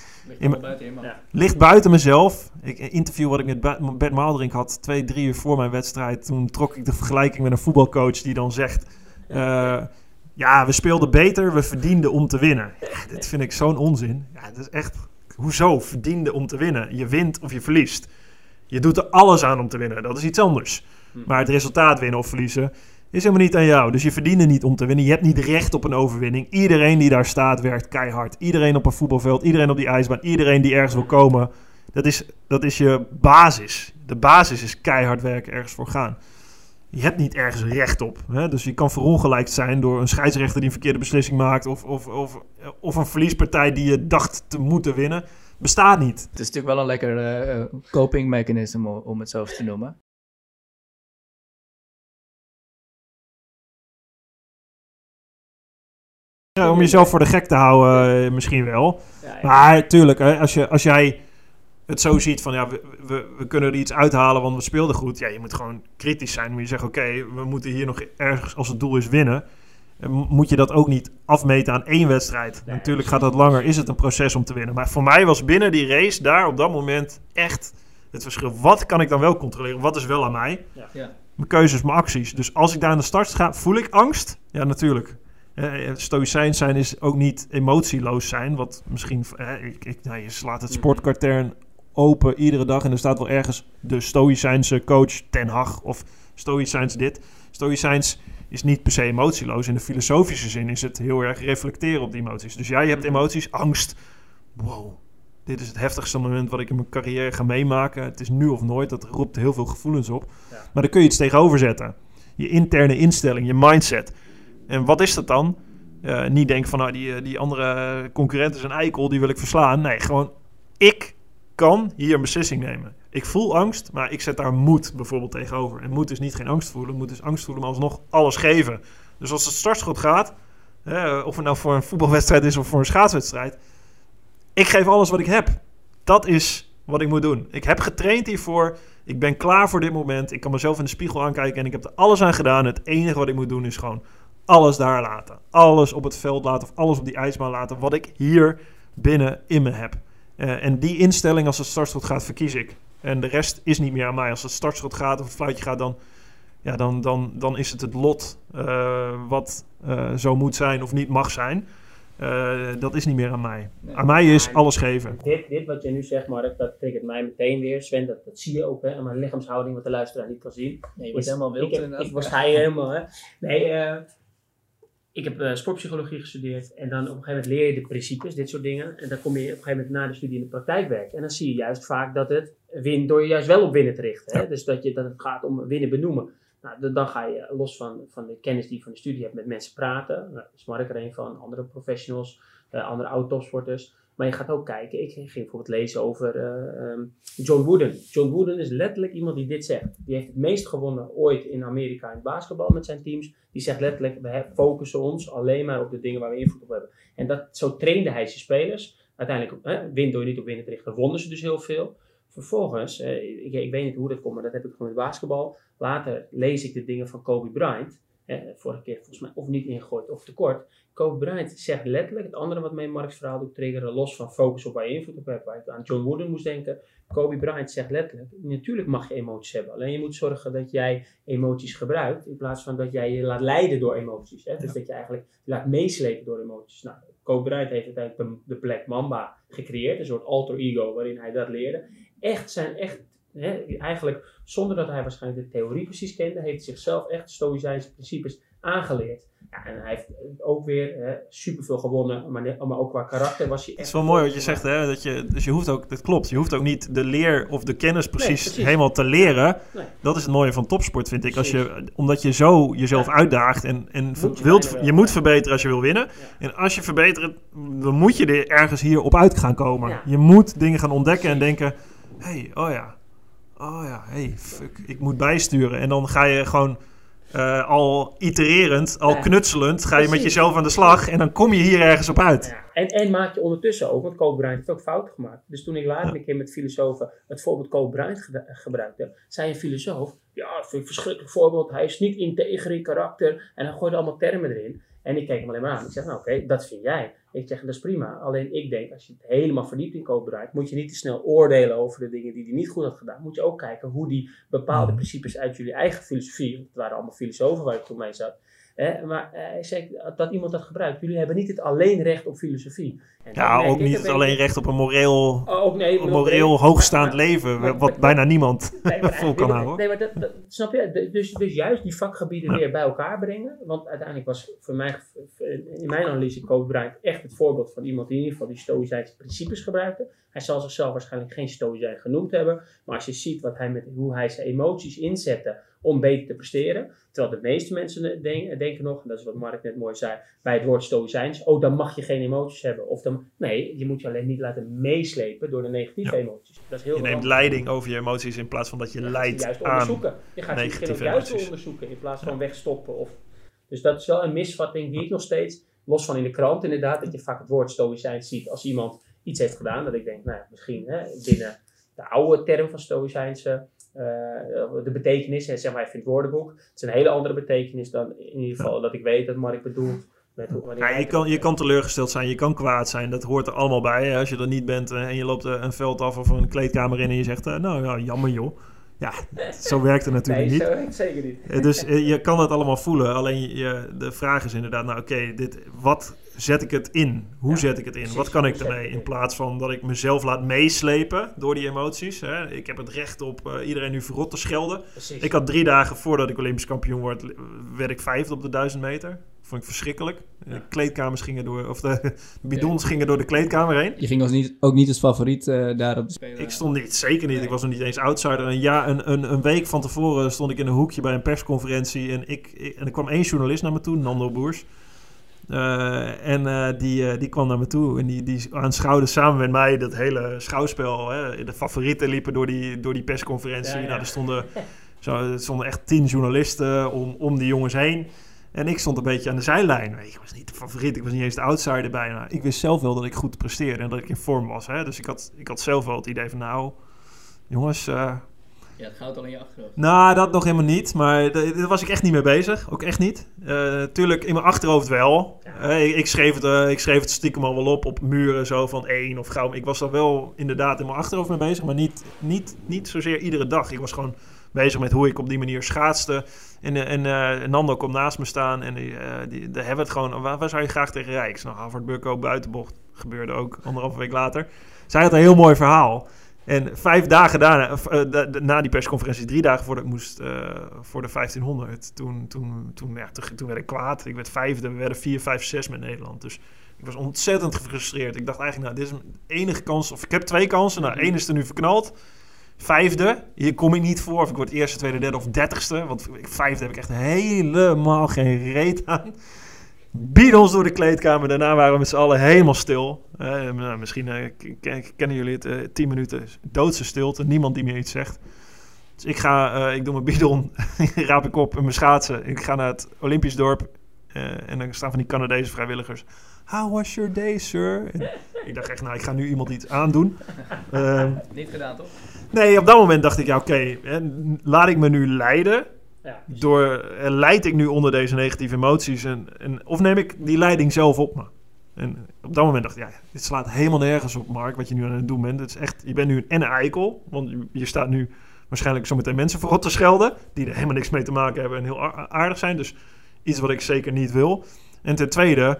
Ligt buiten mezelf. Een interview wat ik met Bert Maalderink had 2-3 uur voor mijn wedstrijd. Toen trok ik de vergelijking met een voetbalcoach die dan zegt... we speelden beter, we verdienden om te winnen. Ja, dit vind ik zo'n onzin. Ja, dat is echt... Hoezo verdiende om te winnen? Je wint of je verliest. Je doet er alles aan om te winnen. Dat is iets anders. Maar het resultaat winnen of verliezen is helemaal niet aan jou. Dus je verdiende niet om te winnen. Je hebt niet recht op een overwinning. Iedereen die daar staat werkt keihard. Iedereen op een voetbalveld. Iedereen op die ijsbaan. Iedereen die ergens wil komen. Dat is je basis. De basis is keihard werken, ergens voor gaan. Je hebt niet ergens recht op. Hè? Dus je kan verongelijkt zijn door een scheidsrechter die een verkeerde beslissing maakt. Of een verliespartij die je dacht te moeten winnen. Bestaat niet. Het is natuurlijk wel een lekker coping mechanism om het zo te noemen. Ja, om jezelf voor de gek te houden, misschien wel. Ja. Maar tuurlijk, als jij het zo ziet van... we kunnen er iets uithalen, want we speelden goed. Ja, je moet gewoon kritisch zijn. Moet je zeggen, oké, we moeten hier nog ergens, als het doel is, winnen. Moet je dat ook niet afmeten aan 1 wedstrijd. Nee, natuurlijk gaat dat langer, is het een proces om te winnen. Maar voor mij was binnen die race daar op dat moment echt het verschil. Wat kan ik dan wel controleren? Wat is wel aan mij? Ja. Mijn keuzes, mijn acties. Dus als ik daar aan de start ga, voel ik angst? Ja, natuurlijk. Stoïcijns zijn is ook niet emotieloos zijn. Wat misschien... je slaat het sportkatern open iedere dag en er staat wel ergens de Stoïcijnse coach Ten Hag of Stoïcijns dit. Stoïcijns is niet per se emotieloos. In de filosofische zin is het heel erg reflecteren op die emoties. Dus jij hebt emoties, angst. Wow, dit is het heftigste moment wat ik in mijn carrière ga meemaken. Het is nu of nooit, dat roept heel veel gevoelens op. Ja. Maar daar kun je iets tegenover zetten. Je interne instelling, je mindset. En wat is dat dan? Niet denken van die andere concurrent is een eikel, die wil ik verslaan. Nee, gewoon ik kan hier een beslissing nemen. Ik voel angst, maar ik zet daar moed bijvoorbeeld tegenover. En moed is niet geen angst voelen. Moed is angst voelen, maar alsnog alles geven. Dus als het startschot gaat, of het nou voor een voetbalwedstrijd is of voor een schaatswedstrijd, ik geef alles wat ik heb. Dat is wat ik moet doen. Ik heb getraind hiervoor. Ik ben klaar voor dit moment. Ik kan mezelf in de spiegel aankijken en ik heb er alles aan gedaan. Het enige wat ik moet doen is gewoon alles daar laten. Alles op het veld laten of alles op die ijsbaan laten wat ik hier binnen in me heb. En die instelling als het startschot gaat, verkies ik. En de rest is niet meer aan mij. Als het startschot gaat of het fluitje gaat, dan is het lot wat zo moet zijn of niet mag zijn. Dat is niet meer aan mij. Nee. Aan mij is alles geven. Dit wat je nu zegt, Mark, dat triggert mij meteen weer. Sven, dat zie je ook aan mijn lichaamshouding, wat de luisteraar niet kan zien. Nee, je wordt helemaal wild. Ik was hij helemaal. Hè. Nee, ik heb sportpsychologie gestudeerd en dan op een gegeven moment leer je de principes, dit soort dingen. En dan kom je op een gegeven moment na de studie in de praktijk werken. En dan zie je juist vaak dat het door je juist wel op winnen te richten. Hè? Ja. Dus dat het gaat om winnen benoemen. Nou, dan ga je los van de kennis die je van de studie hebt met mensen praten. Nou, daar is Mark er een van, andere professionals, andere oud-topsporters. Maar je gaat ook kijken, ik ging bijvoorbeeld lezen over John Wooden. John Wooden is letterlijk iemand die dit zegt. Die heeft het meest gewonnen ooit in Amerika in het basketbal met zijn teams. Die zegt letterlijk, we focussen ons alleen maar op de dingen waar we invloed op hebben. En zo trainde hij zijn spelers. Uiteindelijk, win door je niet op winnen te richten, wonnen ze dus heel veel. Vervolgens, ik weet niet hoe dat komt, maar dat heb ik gewoon in het basketbal. Later lees ik de dingen van Kobe Bryant. Vorige keer volgens mij of niet ingegooid of tekort. Kobe Bryant zegt letterlijk, het andere wat mij in Mark's verhaal doet triggeren, los van focus op waar je invloed op hebt, waar ik aan John Wooden moest denken. Kobe Bryant zegt letterlijk, natuurlijk mag je emoties hebben. Alleen je moet zorgen dat jij emoties gebruikt, in plaats van dat jij je laat leiden door emoties. Hè? Dus dat je eigenlijk je laat meeslepen door emoties. Nou, Kobe Bryant heeft uiteindelijk de Black Mamba gecreëerd, een soort alter ego waarin hij dat leerde. Eigenlijk zonder dat hij waarschijnlijk de theorie precies kende, heeft hij zichzelf echt stoïcijnse principes aangeleerd. Ja, en hij heeft ook weer superveel gewonnen, maar ook qua karakter was hij echt... Het is wel mooi wat je zegt, hè? Dus je hoeft ook, dat klopt, je hoeft ook niet de leer of de kennis precies helemaal te leren. Nee. Dat is het mooie van topsport, vind ik. Omdat je zo jezelf uitdaagt en je moet verbeteren als je wil winnen. Ja. En als je verbetert, dan moet je er ergens hier op uit gaan komen. Ja. Je moet dingen gaan ontdekken en denken, fuck, ik moet bijsturen. En dan ga je gewoon... al itererend, knutselend, ga je met jezelf aan de slag en dan kom je hier ergens op uit. Ja. En maak je ondertussen ook, want Kobe Bryant heeft ook fouten gemaakt. Dus toen ik later een keer met filosofen het voorbeeld Kobe Bryant gebruikte, zei een filosoof, ja, dat vind ik een verschrikkelijk voorbeeld, hij is niet integer in karakter en hij gooide allemaal termen erin. En ik keek hem alleen maar aan. Ik zeg, nou oké, dat vind jij. Ik zeg, dat is prima. Alleen ik denk, als je het helemaal verdiept in Kobe Bryant, moet je niet te snel oordelen over de dingen die hij niet goed had gedaan. Moet je ook kijken hoe die bepaalde principes uit jullie eigen filosofie, het waren allemaal filosofen waar ik toen mee zat, maar hij zei dat iemand dat gebruikt. Jullie hebben niet het alleen recht op filosofie. En ook niet het alleen recht op een moreel hoogstaand leven, wat bijna niemand vol kan houden. Nee, maar dat snap je? Dus juist die vakgebieden weer bij elkaar brengen. Want uiteindelijk was voor mij, in mijn analyse, Kobe Bryant echt het voorbeeld van iemand die in ieder geval die stoïcijnse principes gebruikte. Hij zal zichzelf waarschijnlijk geen stoïcijn genoemd hebben. Maar als je ziet hoe hij zijn emoties inzette om beter te presteren. Terwijl de meeste mensen denken nog, en dat is wat Mark net mooi zei, bij het woord stoïcijns, dan mag je geen emoties hebben. Nee, je moet je alleen niet laten meeslepen door de negatieve emoties. Dat is heel je neemt leiding over je emoties in plaats van dat je leidt aan onderzoeken. Je gaat het juist onderzoeken in plaats van wegstoppen. Dus dat is wel een misvatting die ik nog steeds, los van in de krant inderdaad, dat je vaak het woord stoïcijns ziet als iemand iets heeft gedaan. Dat ik denk, misschien binnen de oude term van stoïcijnse de betekenis, zeg maar even in het woordenboek. Het is een hele andere betekenis dan in ieder geval dat ik weet dat Mark bedoelt. Je kan teleurgesteld zijn, je kan kwaad zijn, dat hoort er allemaal bij. Hè? Als je er niet bent en je loopt een veld af of een kleedkamer in en je zegt, jammer joh. Ja, zo werkt het natuurlijk niet. Nee, zo werkt het zeker niet. Dus je kan het allemaal voelen, alleen de vraag is inderdaad, wat zet ik het in? Hoe zet ik het in? Precies, wat kan ik ermee? In plaats van dat ik mezelf laat meeslepen door die emoties. Hè? Ik heb het recht op iedereen nu verrot te schelden. Precies. Ik had 3 dagen voordat ik Olympisch kampioen werd ik 5e op de 1000 meter. Vond ik verschrikkelijk. De kleedkamers gingen de bidons gingen door de kleedkamer heen. Je ging ook niet als favoriet daar op de Spelen? Ik stond niet, zeker niet. Nee. Ik was nog niet eens outsider. Een week van tevoren stond ik in een hoekje bij een persconferentie en er kwam 1 journalist naar me toe, Nando Boers. Die kwam naar me toe en die aanschouwde samen met mij dat hele schouwspel. Hè. De favorieten liepen door die persconferentie. Ja. Er stonden echt 10 journalisten om die jongens heen. En ik stond een beetje aan de zijlijn. Ik was niet de favoriet, ik was niet eens de outsider bijna. Ik wist zelf wel dat ik goed presteerde en dat ik in vorm was. Hè. Dus ik had zelf wel het idee van, jongens... Ja, het goud al in je achterhoofd. Nou, dat nog helemaal niet. Maar daar was ik echt niet mee bezig. Ook echt niet. Tuurlijk, in mijn achterhoofd wel. Ja. Ik schreef het stiekem al wel op muren zo van 1 of goud. Ik was daar wel inderdaad in mijn achterhoofd mee bezig. Maar niet zozeer iedere dag. Ik was gewoon bezig met hoe ik op die manier schaatste. En Nando komt naast me staan. En daar hebben we het gewoon... Waar zou je graag tegen rijden? Ik zei, Harvard Bucko, buitenbocht. Gebeurde ook 1,5 week later. Zij had een heel mooi verhaal. En 5 dagen daarna, na die persconferentie, 3 dagen voordat ik moest voor de 1500, toen werd ik kwaad. Ik werd 5e, we werden 4, 5, 6 met Nederland. Dus ik was ontzettend gefrustreerd. Ik dacht eigenlijk, dit is mijn enige kans, of ik heb 2 kansen. 1 is er nu verknald. 5e, hier kom ik niet voor. Of ik word eerste, tweede, derde of 30ste. Want 5e heb ik echt helemaal geen reet aan. Bidons door de kleedkamer. Daarna waren we met z'n allen helemaal stil. Misschien kennen jullie het. 10 minuten doodse stilte. Niemand die meer iets zegt. Dus ik doe mijn bidon. Raap ik op in mijn schaatsen. Ik ga naar het Olympisch dorp. En dan staan van die Canadese vrijwilligers. How was your day, sir? En ik dacht echt, ik ga nu iemand iets aandoen. Niet gedaan, toch? Nee, op dat moment dacht ik, laat ik me nu leiden. Ja, leid ik nu onder deze negatieve emoties of neem ik die leiding zelf op me? En op dat moment dacht ik, dit slaat helemaal nergens op, Mark, wat je nu aan het doen bent. Het is echt, je bent nu een eikel, want je staat nu waarschijnlijk zometeen mensen voor te schelden, die er helemaal niks mee te maken hebben en heel aardig zijn. Dus iets wat ik zeker niet wil. En ten tweede,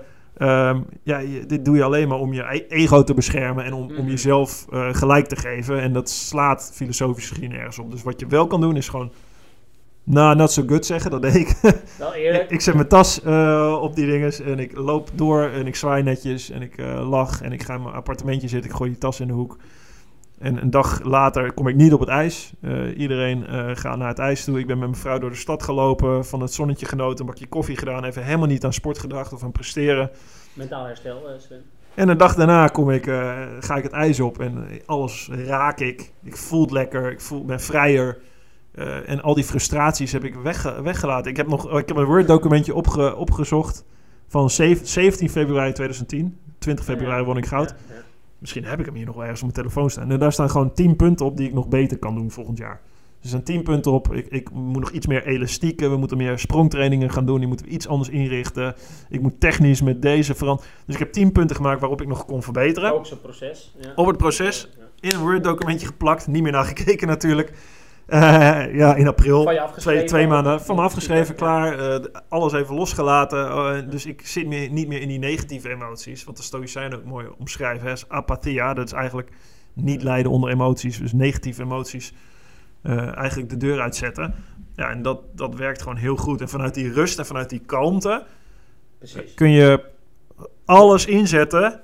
dit doe je alleen maar om je ego te beschermen en om jezelf gelijk te geven. En dat slaat filosofisch gezien nergens op. Dus wat je wel kan doen is gewoon Nou, not so good zeggen, dat deed ik. Wel eerlijk. Ik zet mijn tas op die dinges en ik loop door en ik zwaai netjes en ik lach en ik ga in mijn appartementje zitten. Ik gooi die tas in de hoek. En een dag later kom ik niet op het ijs. Iedereen gaat naar het ijs toe. Ik ben met mijn vrouw door de stad gelopen, van het zonnetje genoten, een bakje koffie gedaan. Even helemaal niet aan sport gedacht of aan presteren. Mentaal herstel, Sven. En een dag daarna ga ik het ijs op en alles raak ik. Ik voel het lekker, ben vrijer. En al die frustraties heb ik weggelaten. Ik heb een Word-documentje opgezocht van 17 februari 2010. 20 februari won ik goud. Ja. Misschien heb ik hem hier nog wel ergens op mijn telefoon staan. En daar staan gewoon 10 punten op die ik nog beter kan doen volgend jaar. Dus er zijn 10 punten op. Ik moet nog iets meer elastieken. We moeten meer sprongtrainingen gaan doen. Die moeten we iets anders inrichten. Ik moet technisch met deze veranderen. Dus ik heb 10 punten gemaakt waarop ik nog kon verbeteren. Ook zo'n proces. Ja. Op het proces. In een Word-documentje geplakt. Niet meer naar gekeken natuurlijk. In april. Van je afgeschreven. 2 maanden van me afgeschreven, klaar. Alles even losgelaten. Dus ik zit niet meer in die negatieve emoties. Wat de Stoïcijnen ook mooi omschrijven. Is apathia. Dat is eigenlijk niet lijden onder emoties. Dus negatieve emoties eigenlijk de deur uitzetten. Ja, en dat werkt gewoon heel goed. En vanuit die rust en vanuit die kalmte kun je alles inzetten.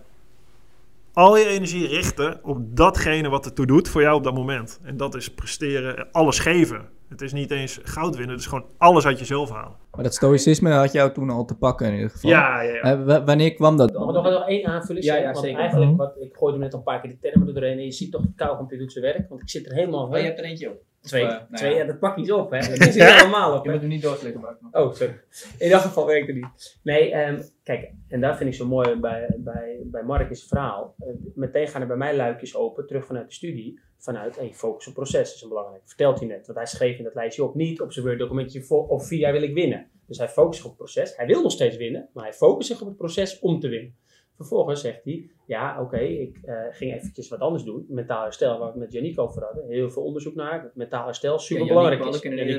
Al je energie richten op datgene wat ertoe doet voor jou op dat moment. En dat is presteren, alles geven. Het is niet eens goud winnen, het is gewoon alles uit jezelf halen. Maar dat stoïcisme had jou toen al te pakken in ieder geval. Ja. Wanneer kwam dat dan? Nog één aanvulling. Ja, want zeker. eigenlijk, ik gooide net al een paar keer de termen er doorheen. En je ziet toch, het kauwgompje doet zijn werk. Want ik zit er helemaal van. Je hebt er eentje op. Twee, ja, dat pakt niet op, hè. Dat is niet allemaal op. Je moet hem niet doorslikken, Bart. Oh, sorry. In dat geval werkt het niet. Nee, kijk, en daar vind ik zo mooi bij Mark is verhaal. Meteen gaan er bij mij luikjes open, terug vanuit de studie. Vanuit, focus op proces is een belangrijk. Vertelt hij net, want hij schreef in dat lijstje op niet op zijn Word-documentje op 4 jaar wil ik winnen. Dus hij focust zich op het proces. Hij wil nog steeds winnen, maar hij focust zich op het proces om te winnen. Vervolgens zegt hij, ik ging eventjes wat anders doen. Mentaal herstel, waar we het met Yannick over hadden. Heel veel onderzoek naar. Mentaal herstel, super belangrijk is.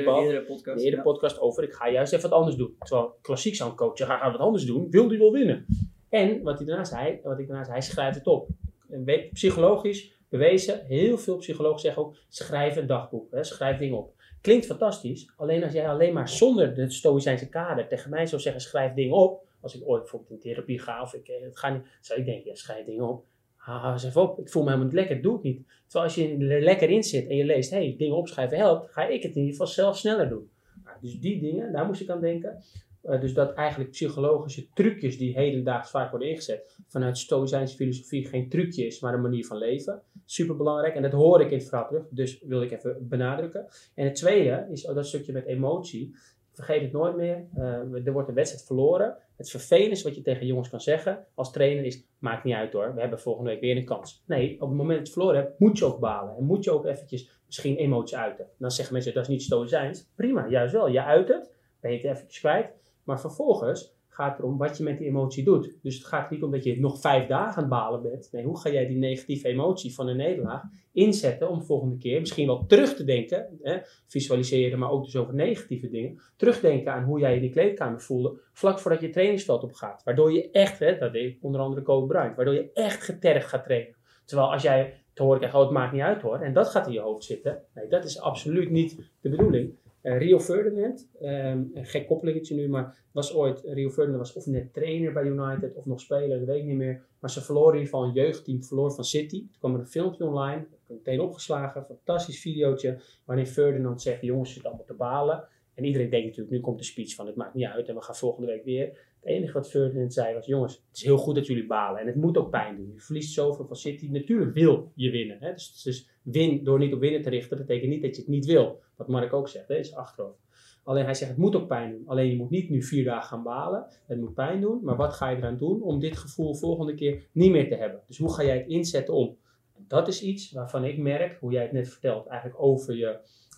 De eerder podcast over, ik ga juist even wat anders doen. Terwijl klassiek zou een coach, ga wat anders doen, wil die wel winnen. En wat ik daarna zei, hij schrijft het op. Psychologisch bewezen, heel veel psychologen zeggen ook, schrijf een dagboek, schrijf dingen op. Klinkt fantastisch, alleen als jij alleen maar zonder de stoïcijnse kader tegen mij zou zeggen, schrijf dingen op. Als ik ooit bijvoorbeeld in therapie ga of het gaat niet, zou ik denken, schrijf dingen op. Hou eens even op, ik voel me helemaal niet lekker, doe ik niet. Terwijl als je er lekker in zit en je leest, dingen opschrijven helpt, ga ik het in ieder geval zelf sneller doen. Nou, dus die dingen, daar moest ik aan denken. Dus dat eigenlijk psychologische trucjes die hedendaags vaak worden ingezet, vanuit stoïcijnse filosofie geen trucje is, maar een manier van leven. Super belangrijk en dat hoor ik in het verhaal terug, dus wil ik even benadrukken. En het tweede is dat stukje met emotie. Vergeet het nooit meer, er wordt een wedstrijd verloren. Het vervelendste wat je tegen jongens kan zeggen als trainer is, maakt niet uit hoor, we hebben volgende week weer een kans. Nee, op het moment dat je verloren hebt, moet je ook balen. En moet je ook eventjes misschien emotie uiten. Dan zeggen mensen, dat is niet stoïcijns. Prima, juist wel, je uit het, ben je het eventjes kwijt. Maar vervolgens gaat het erom wat je met die emotie doet. Dus het gaat niet om dat je nog 5 dagen aan het balen bent. Nee, hoe ga jij die negatieve emotie van een nederlaag inzetten om volgende keer misschien wel terug te denken, visualiseren, maar ook dus over negatieve dingen, terugdenken aan hoe jij je in die kleedkamer voelde, vlak voordat je trainingsveld op gaat. Waardoor je echt, dat deed onder andere Kobe Bryant, waardoor je echt getergd gaat trainen. Terwijl als jij te horen krijgt, het maakt niet uit hoor, en dat gaat in je hoofd zitten. Nee, dat is absoluut niet de bedoeling. Rio Ferdinand, een gek koppelingetje nu, maar Rio Ferdinand was of net trainer bij United of nog speler, dat weet ik niet meer. Maar ze verloren in ieder geval een jeugdteam, verloor van City. Toen kwam er een filmpje online, ik heb meteen opgeslagen, fantastisch videootje, waarin Ferdinand zegt, jongens zitten allemaal te balen. En iedereen denkt natuurlijk, nu komt de speech van, het maakt niet uit en we gaan volgende week weer. Het enige wat Ferdinand zei was, jongens, het is heel goed dat jullie balen en het moet ook pijn doen. Je verliest zoveel van City, natuurlijk wil je winnen. Hè? Dus win door niet op winnen te richten, dat betekent niet dat je het niet wil. Wat Mark ook zegt, is achterhoofd. Alleen hij zegt, het moet ook pijn doen. Alleen je moet niet nu 4 dagen gaan balen. Het moet pijn doen, maar wat ga je eraan doen om dit gevoel volgende keer niet meer te hebben? Dus hoe ga jij het inzetten om? En dat is iets waarvan ik merk, hoe jij het net vertelt, eigenlijk over je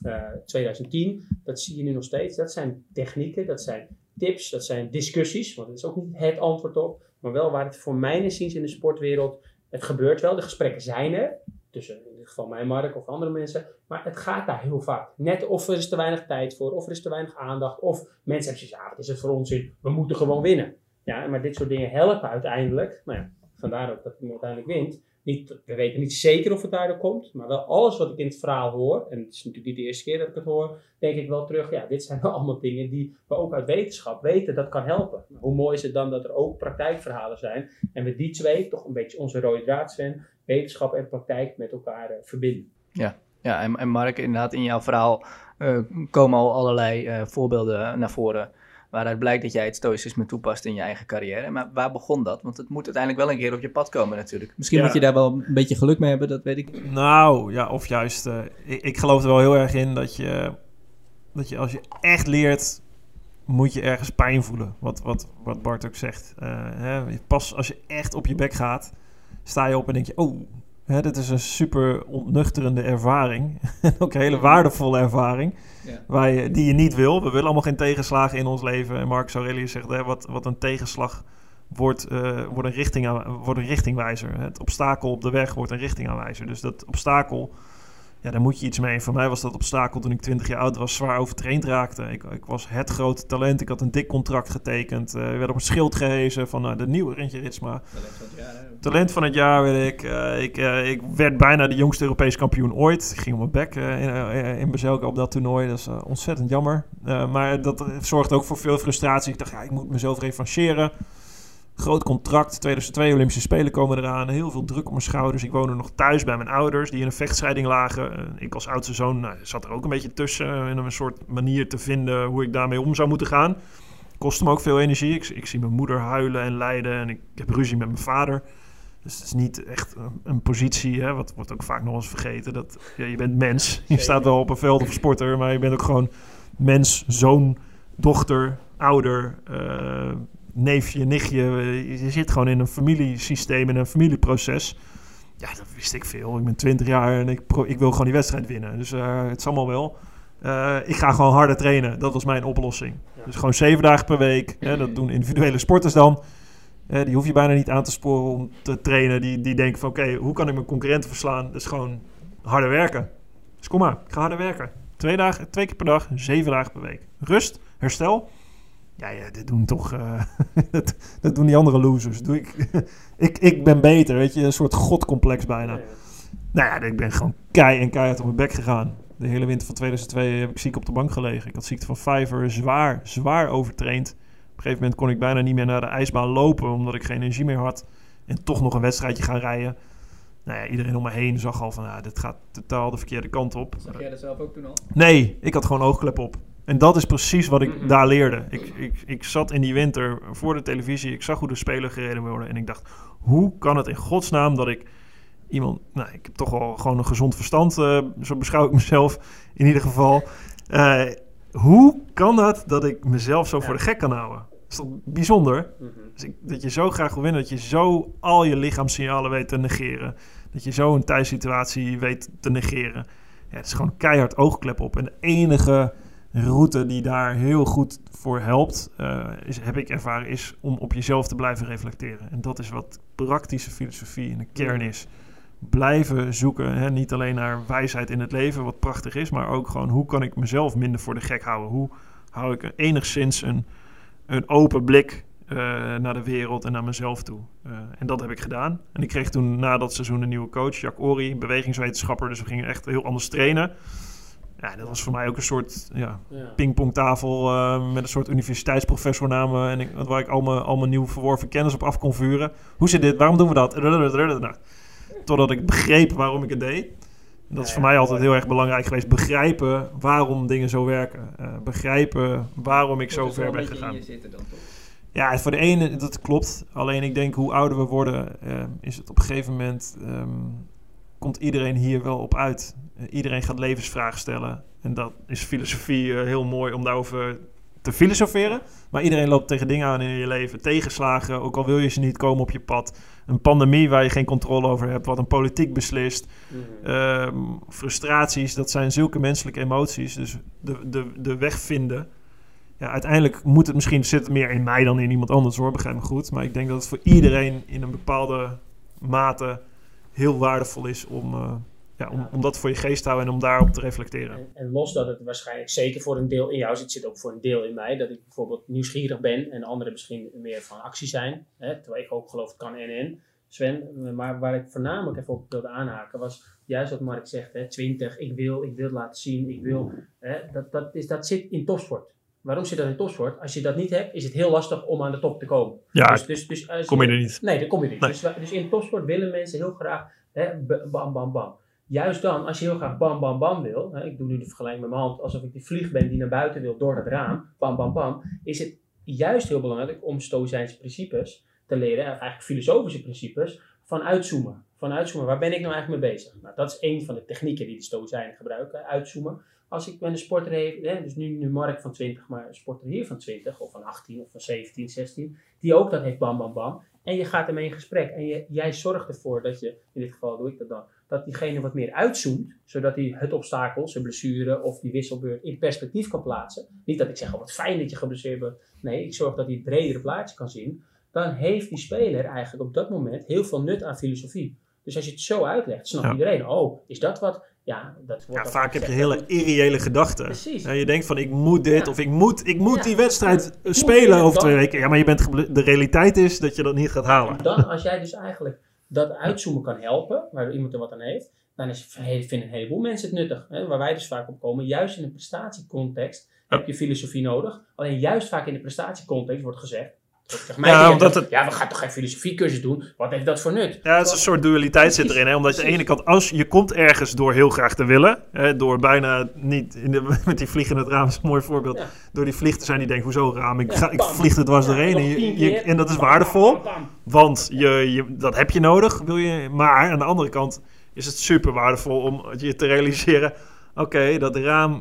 2010. Dat zie je nu nog steeds. Dat zijn technieken, dat zijn tips, dat zijn discussies. Want dat is ook niet het antwoord op. Maar wel waar het voor mijn inziens in de sportwereld, het gebeurt wel. De gesprekken zijn er. Tussen in dit geval mij, Mark of andere mensen. Maar het gaat daar heel vaak. Net of er is te weinig tijd voor. Of er is te weinig aandacht. Of mensen hebben gezegd, wat is het voor onzin? We moeten gewoon winnen. Ja, maar dit soort dingen helpen uiteindelijk. Nou ja, Vandaar ook dat hij uiteindelijk wint. We weten niet zeker of het daardoor komt, maar wel alles wat ik in het verhaal hoor, en het is natuurlijk niet de eerste keer dat ik het hoor, denk ik wel terug, dit zijn wel allemaal dingen die we ook uit wetenschap weten, dat kan helpen. Maar hoe mooi is het dan dat er ook praktijkverhalen zijn en we die twee, toch een beetje onze rode draad zijn, wetenschap en praktijk met elkaar verbinden. Ja, en Mark, inderdaad in jouw verhaal komen al allerlei voorbeelden naar voren waaruit blijkt dat jij het stoïcisme toepast in je eigen carrière. Maar waar begon dat? Want het moet uiteindelijk wel een keer op je pad komen natuurlijk. Misschien moet je daar wel een beetje geluk mee hebben, dat weet ik. Nou, ja, of juist, ik geloof er wel heel erg in dat je als je echt leert, moet je ergens pijn voelen. Wat Bart ook zegt. Pas als je echt op je bek gaat, sta je op en denk je, dit is een super ontnuchterende ervaring. Ook een hele waardevolle ervaring. Ja. Die je niet wil. We willen allemaal geen tegenslagen in ons leven. En Marcus Aurelius zegt, wat een tegenslag wordt een richtingwijzer. Het obstakel op de weg wordt een richtingaanwijzer. Dus dat obstakel, daar moet je iets mee. Voor mij was dat obstakel toen ik 20 jaar oud was, zwaar overtraind raakte. Ik was het grote talent. Ik had een dik contract getekend. Werd op het schild gehezen van de nieuwe Rintje Ritsma. Talent van het jaar werd ik. Ik werd bijna de jongste Europese kampioen ooit. Ik ging op mijn bek in Bezelka op dat toernooi. Dat is ontzettend jammer. Maar dat zorgde ook voor veel frustratie. Ik dacht, ik moet mezelf revancheren. Groot contract, 2002 Olympische Spelen komen eraan. Heel veel druk op mijn schouders. Ik woonde nog thuis bij mijn ouders die in een vechtscheiding lagen. Ik als oudste zoon zat er ook een beetje tussen. In een soort manier te vinden hoe ik daarmee om zou moeten gaan. Kostte me ook veel energie. Ik zie mijn moeder huilen en lijden. En ik heb ruzie met mijn vader. Dus het is niet echt een positie. Wat wordt ook vaak nog eens vergeten. Dat, je bent mens. Je staat wel op een veld of sporter. Maar je bent ook gewoon mens, zoon, dochter, ouder, neefje, nichtje. Je zit gewoon in een familiesysteem, in een familieproces. Ja, dat wist ik veel. Ik ben 20 jaar en ik wil gewoon die wedstrijd winnen. Dus het is allemaal wel. Ik ga gewoon harder trainen. Dat was mijn oplossing. Ja. Dus gewoon 7 dagen per week. Dat doen individuele sporters dan. Die hoef je bijna niet aan te sporen om te trainen. Die denken van oké, hoe kan ik mijn concurrenten verslaan? Dus gewoon harder werken. Dus kom maar, ik ga harder werken. 2 keer per dag, 7 dagen per week. Rust, herstel. Ja, dit doen toch... dat doen die andere losers. Doe ik ben beter, weet je. Een soort godcomplex bijna. Ja. Nou ja, ik ben gewoon keihard op mijn bek gegaan. De hele winter van 2002 heb ik ziek op de bank gelegen. Ik had ziekte van Vijver, zwaar overtraind. Op een gegeven moment kon ik bijna niet meer naar de ijsbaan lopen, omdat ik geen energie meer had. En toch nog een wedstrijdje gaan rijden. Nou ja, iedereen om me heen zag al van, dit gaat totaal de verkeerde kant op. Zag jij dat zelf ook toen al? Nee, ik had gewoon oogklep op. En dat is precies wat ik daar leerde. Ik zat in die winter voor de televisie. Ik zag hoe de Spelen gereden worden. En ik dacht, hoe kan het in godsnaam dat ik iemand... Nou, ik heb toch wel gewoon een gezond verstand. Zo beschouw ik mezelf in ieder geval. Hoe kan dat ik mezelf zo voor de gek kan houden? Dat is toch bijzonder? Dus dat je zo graag wil winnen. Dat je zo al je lichaamssignalen weet te negeren. Dat je zo een thuissituatie weet te negeren. Ja, het is gewoon keihard oogklep op. En de enige route die daar heel goed voor helpt, heb ik ervaren, is om op jezelf te blijven reflecteren. En dat is wat praktische filosofie in de kern is. Blijven zoeken, niet alleen naar wijsheid in het leven, wat prachtig is, maar ook gewoon hoe kan ik mezelf minder voor de gek houden? Hoe hou ik enigszins een open blik naar de wereld en naar mezelf toe? En dat heb ik gedaan. En ik kreeg toen na dat seizoen een nieuwe coach, Jacques Ory, bewegingswetenschapper, dus we gingen echt heel anders trainen. Ja, dat was voor mij ook een soort pingpongtafel met een soort universiteitsprofessor namen. En waar ik al mijn nieuw verworven kennis op af kon vuren. Hoe zit dit? Waarom doen we dat? Totdat ik begreep waarom ik het deed. En dat is voor mij altijd heel erg belangrijk geweest. Begrijpen waarom dingen zo werken. Begrijpen waarom ik zo ver ben gegaan. Ja, voor de ene, dat klopt. Alleen ik denk hoe ouder we worden, is het op een gegeven moment... komt iedereen hier wel op uit. Iedereen gaat levensvragen stellen. En dat is filosofie heel mooi om daarover te filosoferen. Maar iedereen loopt tegen dingen aan in je leven. Tegenslagen, ook al wil je ze niet, komen op je pad. Een pandemie waar je geen controle over hebt. Wat een politiek beslist. Frustraties, dat zijn zulke menselijke emoties. Dus de weg vinden. Ja, uiteindelijk moet het misschien... zit het meer in mij dan in iemand anders, hoor. Begrijp me goed. Maar ik denk dat het voor iedereen in een bepaalde mate heel waardevol is om dat voor je geest te houden en om daarop te reflecteren. En los dat het waarschijnlijk zeker voor een deel in jou zit, zit ook voor een deel in mij, dat ik bijvoorbeeld nieuwsgierig ben en anderen misschien meer van actie zijn, terwijl ik ook geloof het kan en. Sven, maar waar ik voornamelijk even op wilde aanhaken was juist wat Mark zegt, 20, ik wil het laten zien, dat zit in topsport. Waarom zit dat in topsport? Als je dat niet hebt, is het heel lastig om aan de top te komen. Ja, dus kom je er niet. Nee, daar kom je niet. Nee. Dus in topsport willen mensen heel graag bam, bam, bam. Juist dan, als je heel graag bam, bam, bam wil, ik doe nu de vergelijking met mijn hand, alsof ik die vlieg ben die naar buiten wil door dat raam, bam, bam, bam, is het juist heel belangrijk om stoïcijnse principes te leren, eigenlijk filosofische principes, van uitzoomen. Waar ben ik nou eigenlijk mee bezig? Nou, dat is een van de technieken die de stoïcijnen gebruiken, uitzoomen. Als ik met een sporter heb, dus nu Mark van 20, maar een sporter hier van 20, of van 18, of van 17, 16, die ook dat heeft bam, bam, bam. En je gaat ermee in gesprek. En jij zorgt ervoor dat je, in dit geval doe ik dat dan, dat diegene wat meer uitzoomt, zodat hij het obstakel, zijn blessure of die wisselbeurt in perspectief kan plaatsen. Niet dat ik zeg, wat fijn dat je geblesseerd bent. Nee, ik zorg dat hij het bredere plaatje kan zien. Dan heeft die speler eigenlijk op dat moment heel veel nut aan filosofie. Dus als je het zo uitlegt, snapt iedereen, is dat wat? Ja, dat wordt vaak heb je hele irreële gedachten. Precies. Ja, je denkt van, ik moet dit of ik moet die wedstrijd spelen over 2 weken. Ja, maar de realiteit is dat je dat niet gaat halen. Dan, als jij dus eigenlijk dat uitzoomen kan helpen, waardoor iemand er wat aan heeft, dan vinden een heleboel mensen het nuttig. Hè? Waar wij dus vaak op komen, juist in een prestatiecontext heb je filosofie nodig. Alleen juist vaak in de prestatiecontext wordt gezegd, we gaan toch geen filosofiecursus doen? Wat heeft dat voor nut? Ja, het is een soort dualiteit zit erin. Hè? Omdat aan de ene kant, als je komt ergens door heel graag te willen, door bijna niet, met die vlieg in het raam is een mooi voorbeeld, door die vlieg te zijn die denkt, hoezo raam? Ik vlieg er dwars doorheen. En dat is waardevol, want dat heb je nodig. Maar aan de andere kant is het super waardevol om je te realiseren, oké, dat raam,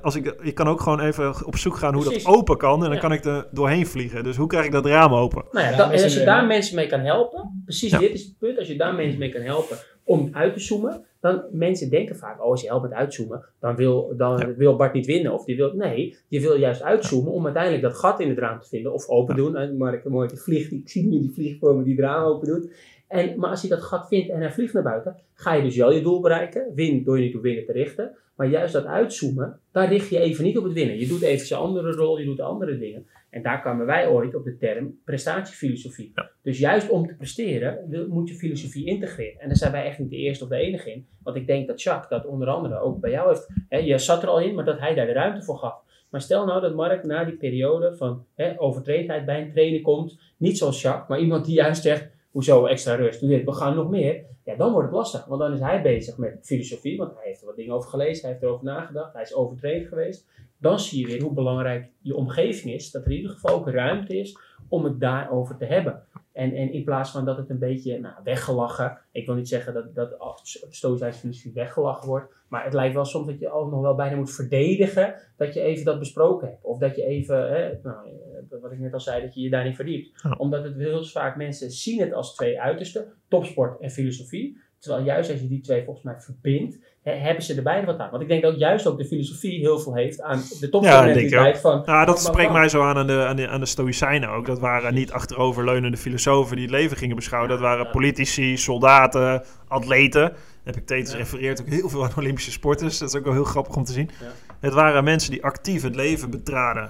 ik kan ook gewoon even op zoek gaan hoe dat open kan en dan kan ik er doorheen vliegen. Dus hoe krijg ik dat raam open? Nou ja, als je daar mensen mee kan helpen, dit is het punt, als je daar mensen mee kan helpen om uit te zoomen, dan mensen denken vaak, als je helpt met uitzoomen, dan wil Bart niet winnen. Of nee, je wil juist uitzoomen om uiteindelijk dat gat in het raam te vinden of open doen. En Mark, mooi, ik zie nu die vlieg voor me die het raam open doet. Maar als je dat gat vindt en hij vliegt naar buiten, ga je dus wel je doel bereiken, door je niet op winnen te richten. Maar juist dat uitzoomen, daar richt je even niet op het winnen. Je doet even zijn andere rol, je doet andere dingen. En daar kwamen wij ooit op de term prestatiefilosofie. Ja. Dus juist om te presteren, moet je filosofie integreren. En daar zijn wij echt niet de eerste of de enige in. Want ik denk dat Jacques dat onder andere ook bij jou heeft. Je zat er al in, maar dat hij daar de ruimte voor gaf. Maar stel nou dat Mark na die periode van overtraindheid bij een trainer komt. Niet zoals Jacques, maar iemand die juist zegt, hoezo extra rust, we gaan nog meer. Ja, dan wordt het lastig, want dan is hij bezig met filosofie, want hij heeft er wat dingen over gelezen, hij heeft erover nagedacht, hij is overtraind geweest. Dan zie je weer hoe belangrijk je omgeving is, dat er in ieder geval ook ruimte is om het daarover te hebben. En in plaats van dat het een beetje weggelachen, ik wil niet zeggen dat stoïcijnse filosofie weggelachen wordt, maar het lijkt wel soms dat je ook nog wel bijna moet verdedigen dat je even dat besproken hebt. Of dat je even, wat ik net al zei, dat je je daarin verdiept. Ja. Omdat het heel vaak mensen zien het als 2 uitersten, topsport en filosofie. Terwijl juist als je die 2 volgens mij verbindt, hebben ze er beide wat aan. Want ik denk dat juist ook de filosofie heel veel heeft aan de topsportmentaliteit van... Ja, dat spreekt mij zo aan de stoïcijnen ook. Dat waren niet achteroverleunende filosofen die het leven gingen beschouwen. Dat waren politici, soldaten, atleten. Epictetus refereert ook heel veel aan Olympische sporters. Dat is ook wel heel grappig om te zien. Ja. Het waren mensen die actief het leven betraden.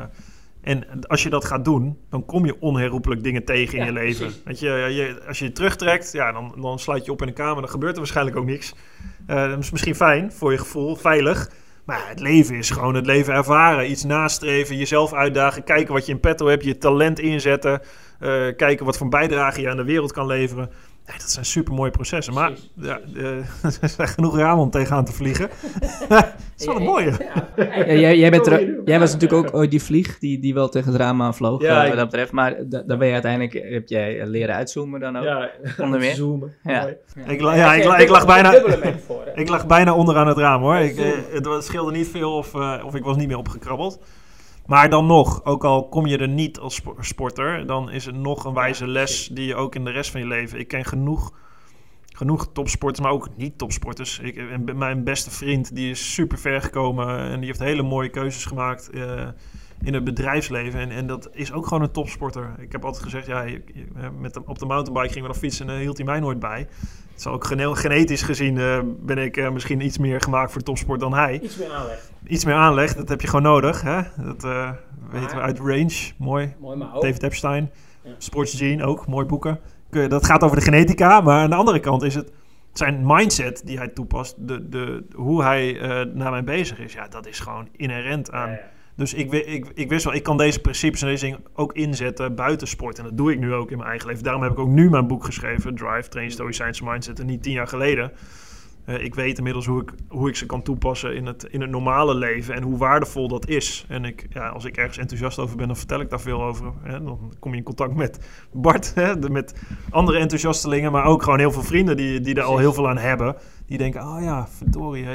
En als je dat gaat doen, dan kom je onherroepelijk dingen tegen in je leven. Weet je, als je terugtrekt, dan sluit je op in een kamer. Dan gebeurt er waarschijnlijk ook niks. Dat is misschien fijn voor je gevoel, veilig. Maar het leven is gewoon het leven ervaren. Iets nastreven, jezelf uitdagen. Kijken wat je in petto hebt, je talent inzetten. Kijken wat voor bijdrage je aan de wereld kan leveren. Nee, dat zijn super mooie processen. Maar er zijn genoeg ramen om tegenaan te vliegen. Dat is wel een mooie. Jij was natuurlijk ook ooit die vlieg die wel tegen het raam aan vloog. Wat dat betreft. Maar dan ben je uiteindelijk, heb jij leren uitzoomen dan ook? Ja, onder meer. Zoomen. Ja. Ik lag bijna onderaan het raam hoor. Het scheelde niet veel of ik was niet meer opgekrabbeld. Maar dan nog, ook al kom je er niet als sporter, dan is het nog een wijze les die je ook in de rest van je leven... Ik ken genoeg topsporters, maar ook niet-topsporters. Mijn beste vriend, die is super ver gekomen en die heeft hele mooie keuzes gemaakt in het bedrijfsleven. En dat is ook gewoon een topsporter. Ik heb altijd gezegd, op de mountainbike gingen we dan fietsen en hield hij mij nooit bij. Het zal ook genetisch gezien ben ik misschien iets meer gemaakt voor topsport dan hij. Iets meer aanleg, dat heb je gewoon nodig. Hè? Dat weten we uit Range, mooi. David Epstein, Sports Gene ook, mooi boeken. dat gaat over de genetica. Maar aan de andere kant is het zijn mindset die hij toepast. Hoe hij naar mij bezig is. Ja, dat is gewoon inherent aan... Ja. Dus ik wist wel, ik kan deze principes en deze dingen ook inzetten buiten sport. En dat doe ik nu ook in mijn eigen leven. Daarom heb ik ook nu mijn boek geschreven, Drive, Train Stoïcijnse Mindset. En niet 10 jaar geleden. Ik weet inmiddels hoe ik ze kan toepassen in het normale leven. En hoe waardevol dat is. En als ik ergens enthousiast over ben, dan vertel ik daar veel over. Dan kom je in contact met Bart, met andere enthousiastelingen. Maar ook gewoon heel veel vrienden die er al heel veel aan hebben. Die denken, oh ja, verdorie,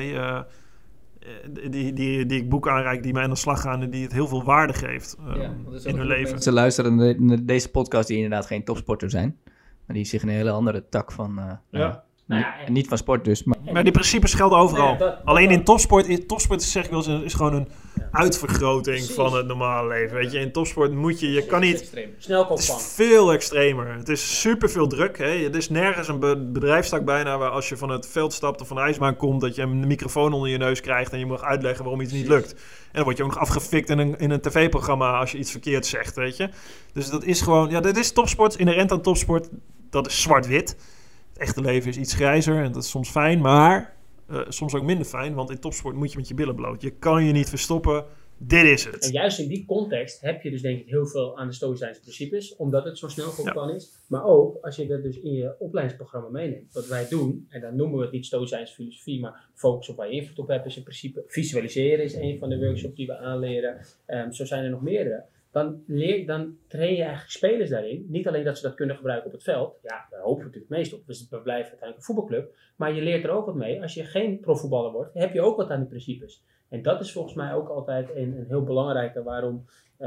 die ik boeken aanreik, die mij aan de slag gaan en die het heel veel waarde geeft in hun leven. Ze luisteren naar deze podcast die inderdaad geen topsporter zijn, maar die zich een hele andere tak van... niet van sport dus. Maar die principes gelden overal. Alleen in topsport zeg ik wel eens, is gewoon een uitvergroting van het normale leven. Weet je, in topsport je kan niet... Snel het is veel extremer. Het is super veel druk. Hè? Het is nergens een bedrijfstak bijna waar als je van het veld stapt of van de ijsbaan komt, dat je een microfoon onder je neus krijgt en je mag uitleggen waarom iets niet lukt. En dan word je ook nog afgefikt in een tv-programma als je iets verkeerd zegt, weet je. Dus dat is gewoon... Ja, dat is topsport. Inherent aan topsport. Dat is zwart-wit. Het echte leven is iets grijzer en dat is soms fijn, maar soms ook minder fijn, want in topsport moet je met je billen bloot. Je kan je niet verstoppen. Dit is het. En juist in die context heb je dus denk ik heel veel aan de Stoïcijnse principes, omdat het zo snel kan is. Maar ook als je dat dus in je opleidingsprogramma meeneemt. Wat wij doen, en dan noemen we het niet Stoïcijnse filosofie, maar focus op waar je invloed op hebt is in principe. Visualiseren is een van de workshops die we aanleren. Zo zijn er nog meerdere. Dan train je eigenlijk spelers daarin. Niet alleen dat ze dat kunnen gebruiken op het veld. Ja, daar hopen we natuurlijk het meest op. Dus we blijven uiteindelijk een voetbalclub. Maar je leert er ook wat mee. Als je geen profvoetballer wordt, heb je ook wat aan die principes. En dat is volgens mij ook altijd een heel belangrijke waarom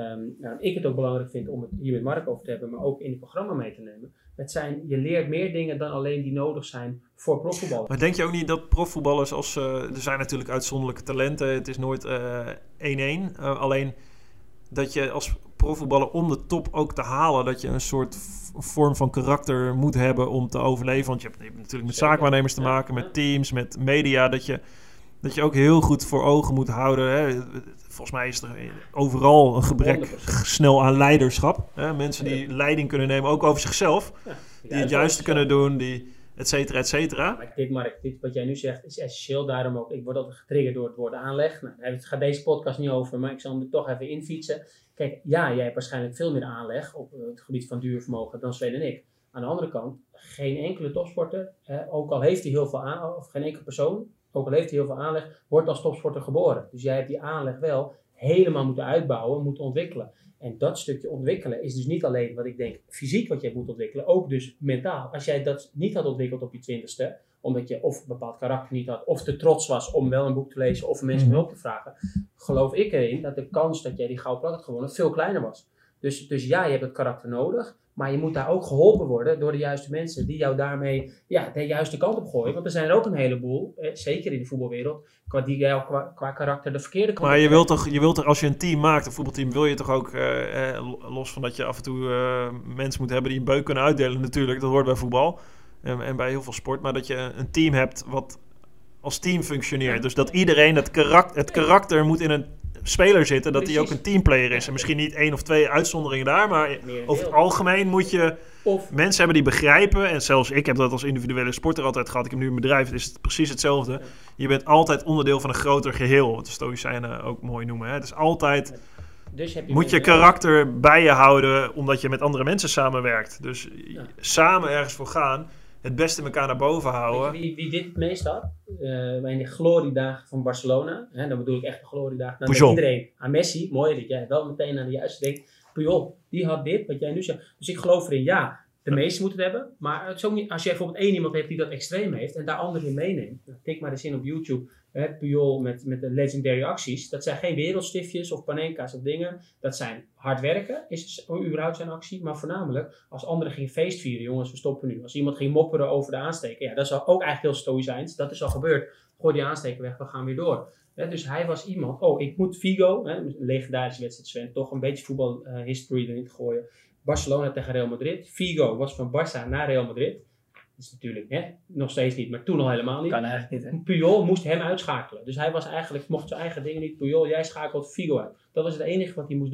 ik het ook belangrijk vind om het hier met Mark over te hebben, maar ook in het programma mee te nemen. Je leert meer dingen dan alleen die nodig zijn voor profvoetballers. Maar denk je ook niet dat profvoetballers er zijn natuurlijk uitzonderlijke talenten. Het is nooit 1-1. Alleen dat je als profvoetballer om de top ook te halen, dat je een soort vorm van karakter moet hebben om te overleven. Want je hebt natuurlijk met zaakwaarnemers te maken, met teams, met media, dat je ook heel goed voor ogen moet houden. Hè. Volgens mij is er overal een gebrek 100%. Snel aan leiderschap. Hè. Mensen die leiding kunnen nemen, ook over zichzelf. Ja, die het juiste kunnen doen, die et cetera, et cetera. Mark, dit wat jij nu zegt is essentieel. Daarom ook, ik word altijd getriggerd door het woord aanleg. Nou, het gaat deze podcast niet over, maar ik zal hem er toch even infietsen. Kijk, jij hebt waarschijnlijk veel meer aanleg op het gebied van duurvermogen dan Sven en ik. Aan de andere kant, geen enkele topsporter, ook al heeft hij heel veel aanleg, of geen enkele persoon, ook al heeft hij heel veel aanleg, wordt als topsporter geboren. Dus jij hebt die aanleg wel helemaal moeten uitbouwen, moeten ontwikkelen. En dat stukje ontwikkelen is dus niet alleen wat ik denk fysiek wat jij moet ontwikkelen, ook dus mentaal. Als jij dat niet had ontwikkeld op je 20ste, omdat je of een bepaald karakter niet had, of te trots was om wel een boek te lezen of mensen om hulp te vragen, geloof ik erin dat de kans dat jij die gouden plak had gewonnen veel kleiner was. Dus ja, je hebt het karakter nodig, maar je moet daar ook geholpen worden door de juiste mensen die jou daarmee de juiste kant op gooien. Want er zijn er ook een heleboel, zeker in de voetbalwereld, die jou qua karakter de verkeerde kant op. Maar je wilt toch, als je een team maakt, een voetbalteam, wil je toch ook, los van dat je af en toe mensen moet hebben die een beuk kunnen uitdelen natuurlijk, dat hoort bij voetbal en bij heel veel sport, maar dat je een team hebt wat als team functioneert. Dus dat iedereen, het karakter moet in een speler zitten, dat hij ook een teamplayer is. En misschien niet 1 of 2 uitzonderingen daar, maar over het algemeen moet je mensen hebben die begrijpen. En zelfs ik heb dat als individuele sporter altijd gehad. Ik heb nu een bedrijf, het is precies hetzelfde. Je bent altijd onderdeel van een groter geheel, wat de Stoïcijnen ook mooi noemen. Hè? Dus altijd moet je karakter bij je houden, omdat je met andere mensen samenwerkt. Dus samen ergens voor gaan, het beste elkaar naar boven houden. Weet je wie dit het meest had? In de gloriedagen van Barcelona. Dan bedoel ik echt de gloriedagen. Dan denkt iedereen aan Messi. Mooi dat jij wel meteen aan de juiste denkt. Puyol, die had dit, wat jij nu zegt. Dus ik geloof erin, de meeste moeten het hebben. Maar het is ook niet, als je bijvoorbeeld 1 iemand hebt die dat extreem heeft en daar anderen in meeneemt. Tik maar eens in op YouTube. Puyol met de legendary acties. Dat zijn geen wereldstiftjes of panenka's of dingen. Dat zijn hard werken, is überhaupt zijn actie. Maar voornamelijk, als anderen gingen feestvieren, jongens, we stoppen nu. Als iemand ging mopperen over de aansteker, dat is ook eigenlijk heel stoïcijns. Dat is al gebeurd. Gooi die aansteker weg, we gaan weer door. Dus hij was iemand, ik moet Figo, een legendarische wedstrijd Sven, toch een beetje voetbalhistory erin te gooien. Barcelona tegen Real Madrid. Figo was van Barça naar Real Madrid. Dat is natuurlijk nog steeds niet, maar toen al helemaal niet. Kan eigenlijk niet, hè? Puyol moest hem uitschakelen. Dus hij was eigenlijk, mocht zijn eigen dingen niet. Puyol, jij schakelt Figo uit. Dat was het enige wat hij moest doen.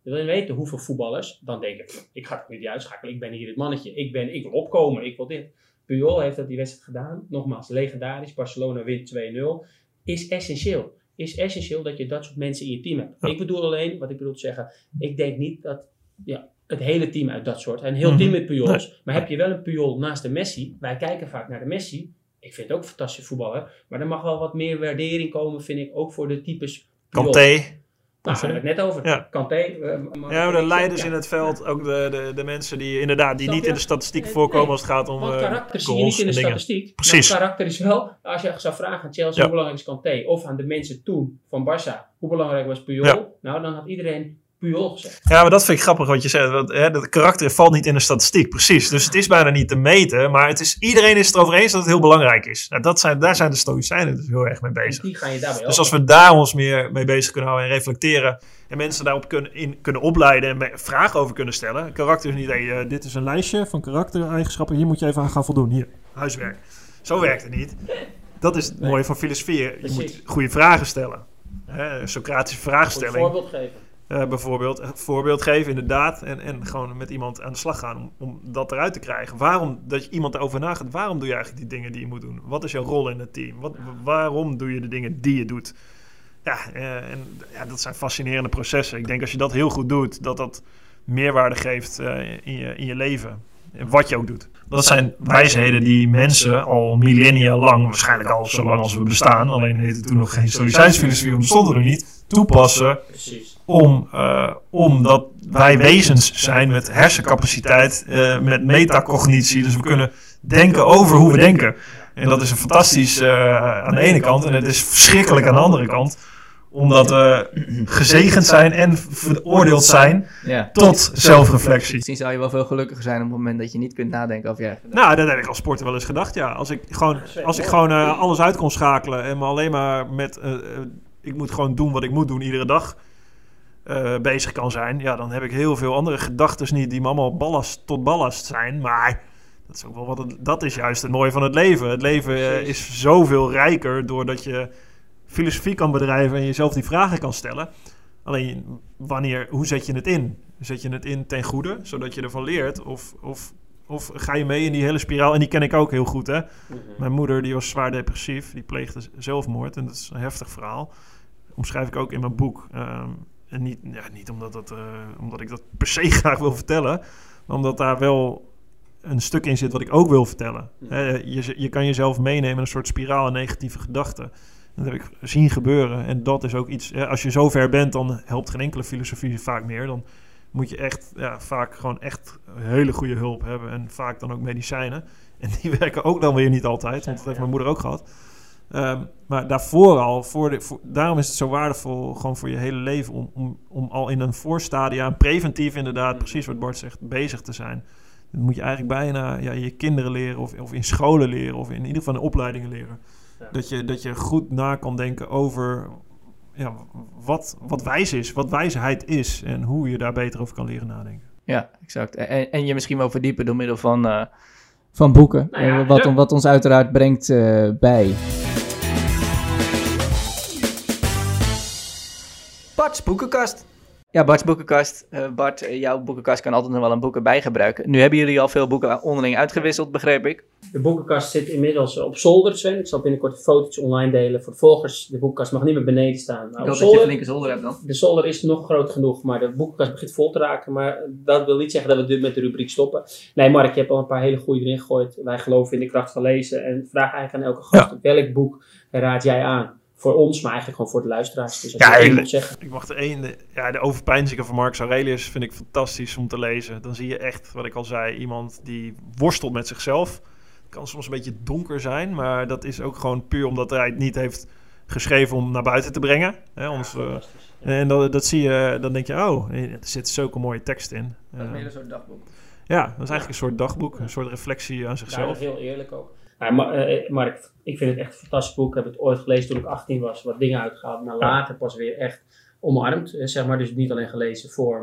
Je wil weten hoeveel voetballers dan denken, ik ga het niet uitschakelen, ik ben hier het mannetje, ik wil opkomen, ik wil dit. Puyol heeft dat die wedstrijd gedaan, nogmaals, legendarisch, Barcelona wint 2-0, is essentieel dat je dat soort mensen in je team hebt. Ja. Ik bedoel alleen, wat ik bedoel te zeggen, ik denk niet dat het hele team uit dat soort, een heel team met Puyols, maar heb je wel een Puyol naast de Messi, wij kijken vaak naar de Messi, ik vind het ook een fantastische voetballer, maar er mag wel wat meer waardering komen, vind ik, ook voor de types Puyol. Kanté. Nou, daar hebben we het net over. Ja. Kanté. Maar de leiders in het veld, ook de mensen die inderdaad die niet in de statistiek voorkomen als het gaat om want karakter zie je niet in de statistiek. Precies. Maar karakter is wel, als je zou vragen aan Chelsea hoe belangrijk is Kanté, of aan de mensen toen van Barça, hoe belangrijk was Puyol? Ja. Nou, dan had iedereen Puyol gezegd. Ja, maar dat vind ik grappig wat je zegt. Want, dat karakter valt niet in de statistiek, precies. Dus het is bijna niet te meten, maar iedereen is het erover eens dat het heel belangrijk is. Nou, daar zijn de Stoïcijnen dus heel erg mee bezig. Die ga je daarbij dus als we daar ons meer mee bezig kunnen houden en reflecteren en mensen daarop kunnen opleiden en vragen over kunnen stellen. Karakter is niet, dit is een lijstje van karaktereigenschappen, hier moet je even aan gaan voldoen. Hier, huiswerk. Zo werkt het niet. Dat is het mooie van filosofie. Je moet goede vragen stellen. Socratische vraagstelling. Een voorbeeld geven. Bijvoorbeeld een voorbeeld geven, inderdaad. En gewoon met iemand aan de slag gaan om dat eruit te krijgen. Dat je iemand erover nagaat. Waarom doe je eigenlijk die dingen die je moet doen? Wat is jouw rol in het team? Waarom doe je de dingen die je doet? Ja, dat zijn fascinerende processen. Ik denk als je dat heel goed doet, dat meerwaarde geeft in je leven. En wat je ook doet. Dat zijn wijsheden die mensen al millennia lang, waarschijnlijk al zo lang als we bestaan, alleen heette toen nog geen stoïcijnse filosofie, want stonden er niet, toepassen. Precies. Omdat wij wezens zijn met hersencapaciteit, met metacognitie. Dus we kunnen denken over hoe we denken. En dat is een fantastisch aan de ene kant. En het is verschrikkelijk aan de andere kant. Omdat we gezegend zijn en veroordeeld zijn tot zelfreflectie. Misschien zou je wel veel gelukkiger zijn op het moment dat je niet kunt nadenken over je. Nou, dat heb ik als sporter wel eens gedacht, ja. Als ik gewoon alles uit kon schakelen en me alleen maar met... ik moet gewoon doen wat ik moet doen iedere dag bezig kan zijn. Ja, dan heb ik heel veel andere gedachten niet die me allemaal ballast tot ballast zijn. Maar dat is ook wel dat is juist het mooie van het leven. Het leven is zoveel rijker doordat je filosofie kan bedrijven en jezelf die vragen kan stellen. Alleen, hoe zet je het in? Zet je het in ten goede, zodat je ervan leert? Of ga je mee in die hele spiraal? En die ken ik ook heel goed, hè? Mm-hmm. Mijn moeder, die was zwaar depressief. Die pleegde zelfmoord. En dat is een heftig verhaal. Omschrijf ik ook in mijn boek. En niet omdat ik dat per se graag wil vertellen. Maar omdat daar wel een stuk in zit wat ik ook wil vertellen. Je kan jezelf meenemen in een soort spiraal en negatieve gedachten. Dat heb ik zien gebeuren. En dat is ook iets... als je zo ver bent, dan helpt geen enkele filosofie vaak meer. Dan moet je echt vaak gewoon echt hele goede hulp hebben. En vaak dan ook medicijnen. En die werken ook dan weer niet altijd. Want dat heeft mijn moeder ook gehad. Maar daarvoor al... daarom is het zo waardevol gewoon voor je hele leven... om al in een voorstadia, preventief inderdaad... precies wat Bart zegt, bezig te zijn. Dat moet je eigenlijk bijna je kinderen leren... of in scholen leren... of in ieder geval in opleidingen leren. Ja. Dat je goed na kan denken over wat wijs is, wat wijsheid is en hoe je daar beter over kan leren nadenken. Ja, exact. En je misschien wel verdiepen door middel van boeken, wat ons uiteraard brengt bij. Bart's boekenkast. Ja, Bart's boekenkast. Bart, jouw boekenkast kan altijd nog wel een boek erbij gebruiken. Nu hebben jullie al veel boeken onderling uitgewisseld, begreep ik. De boekenkast zit inmiddels op zolder, Sven. Ik zal binnenkort foto's online delen voor de volgers. De boekenkast mag niet meer beneden staan. Ik hoop dat je een flinke zolder hebt dan. De zolder is nog groot genoeg, maar de boekenkast begint vol te raken. Maar dat wil niet zeggen dat we met de rubriek stoppen. Nee, Mark, je hebt al een paar hele goede erin gegooid. Wij geloven in de kracht van lezen. En vraag eigenlijk aan elke gast, welk boek raad jij aan? Voor ons, maar eigenlijk gewoon voor de luisteraars. Dus als je één moet zeggen. Ik mag de overpeinzingen van Marcus Aurelius vind ik fantastisch om te lezen. Dan zie je echt, wat ik al zei, iemand die worstelt met zichzelf. Het kan soms een beetje donker zijn, maar dat is ook gewoon puur omdat hij het niet heeft geschreven om naar buiten te brengen. En dat zie je, dan denk je, er zit zulke mooie tekst in. Dat is meer een soort dagboek. Ja, dat is eigenlijk een soort dagboek, een soort reflectie aan zichzelf. Ja, heel eerlijk ook. Mark, ik vind het echt een fantastisch boek. Ik heb het ooit gelezen toen ik 18 was. Wat dingen uitgehaald. Maar later pas weer echt omarmd. Zeg maar. Dus niet alleen gelezen voor. Maar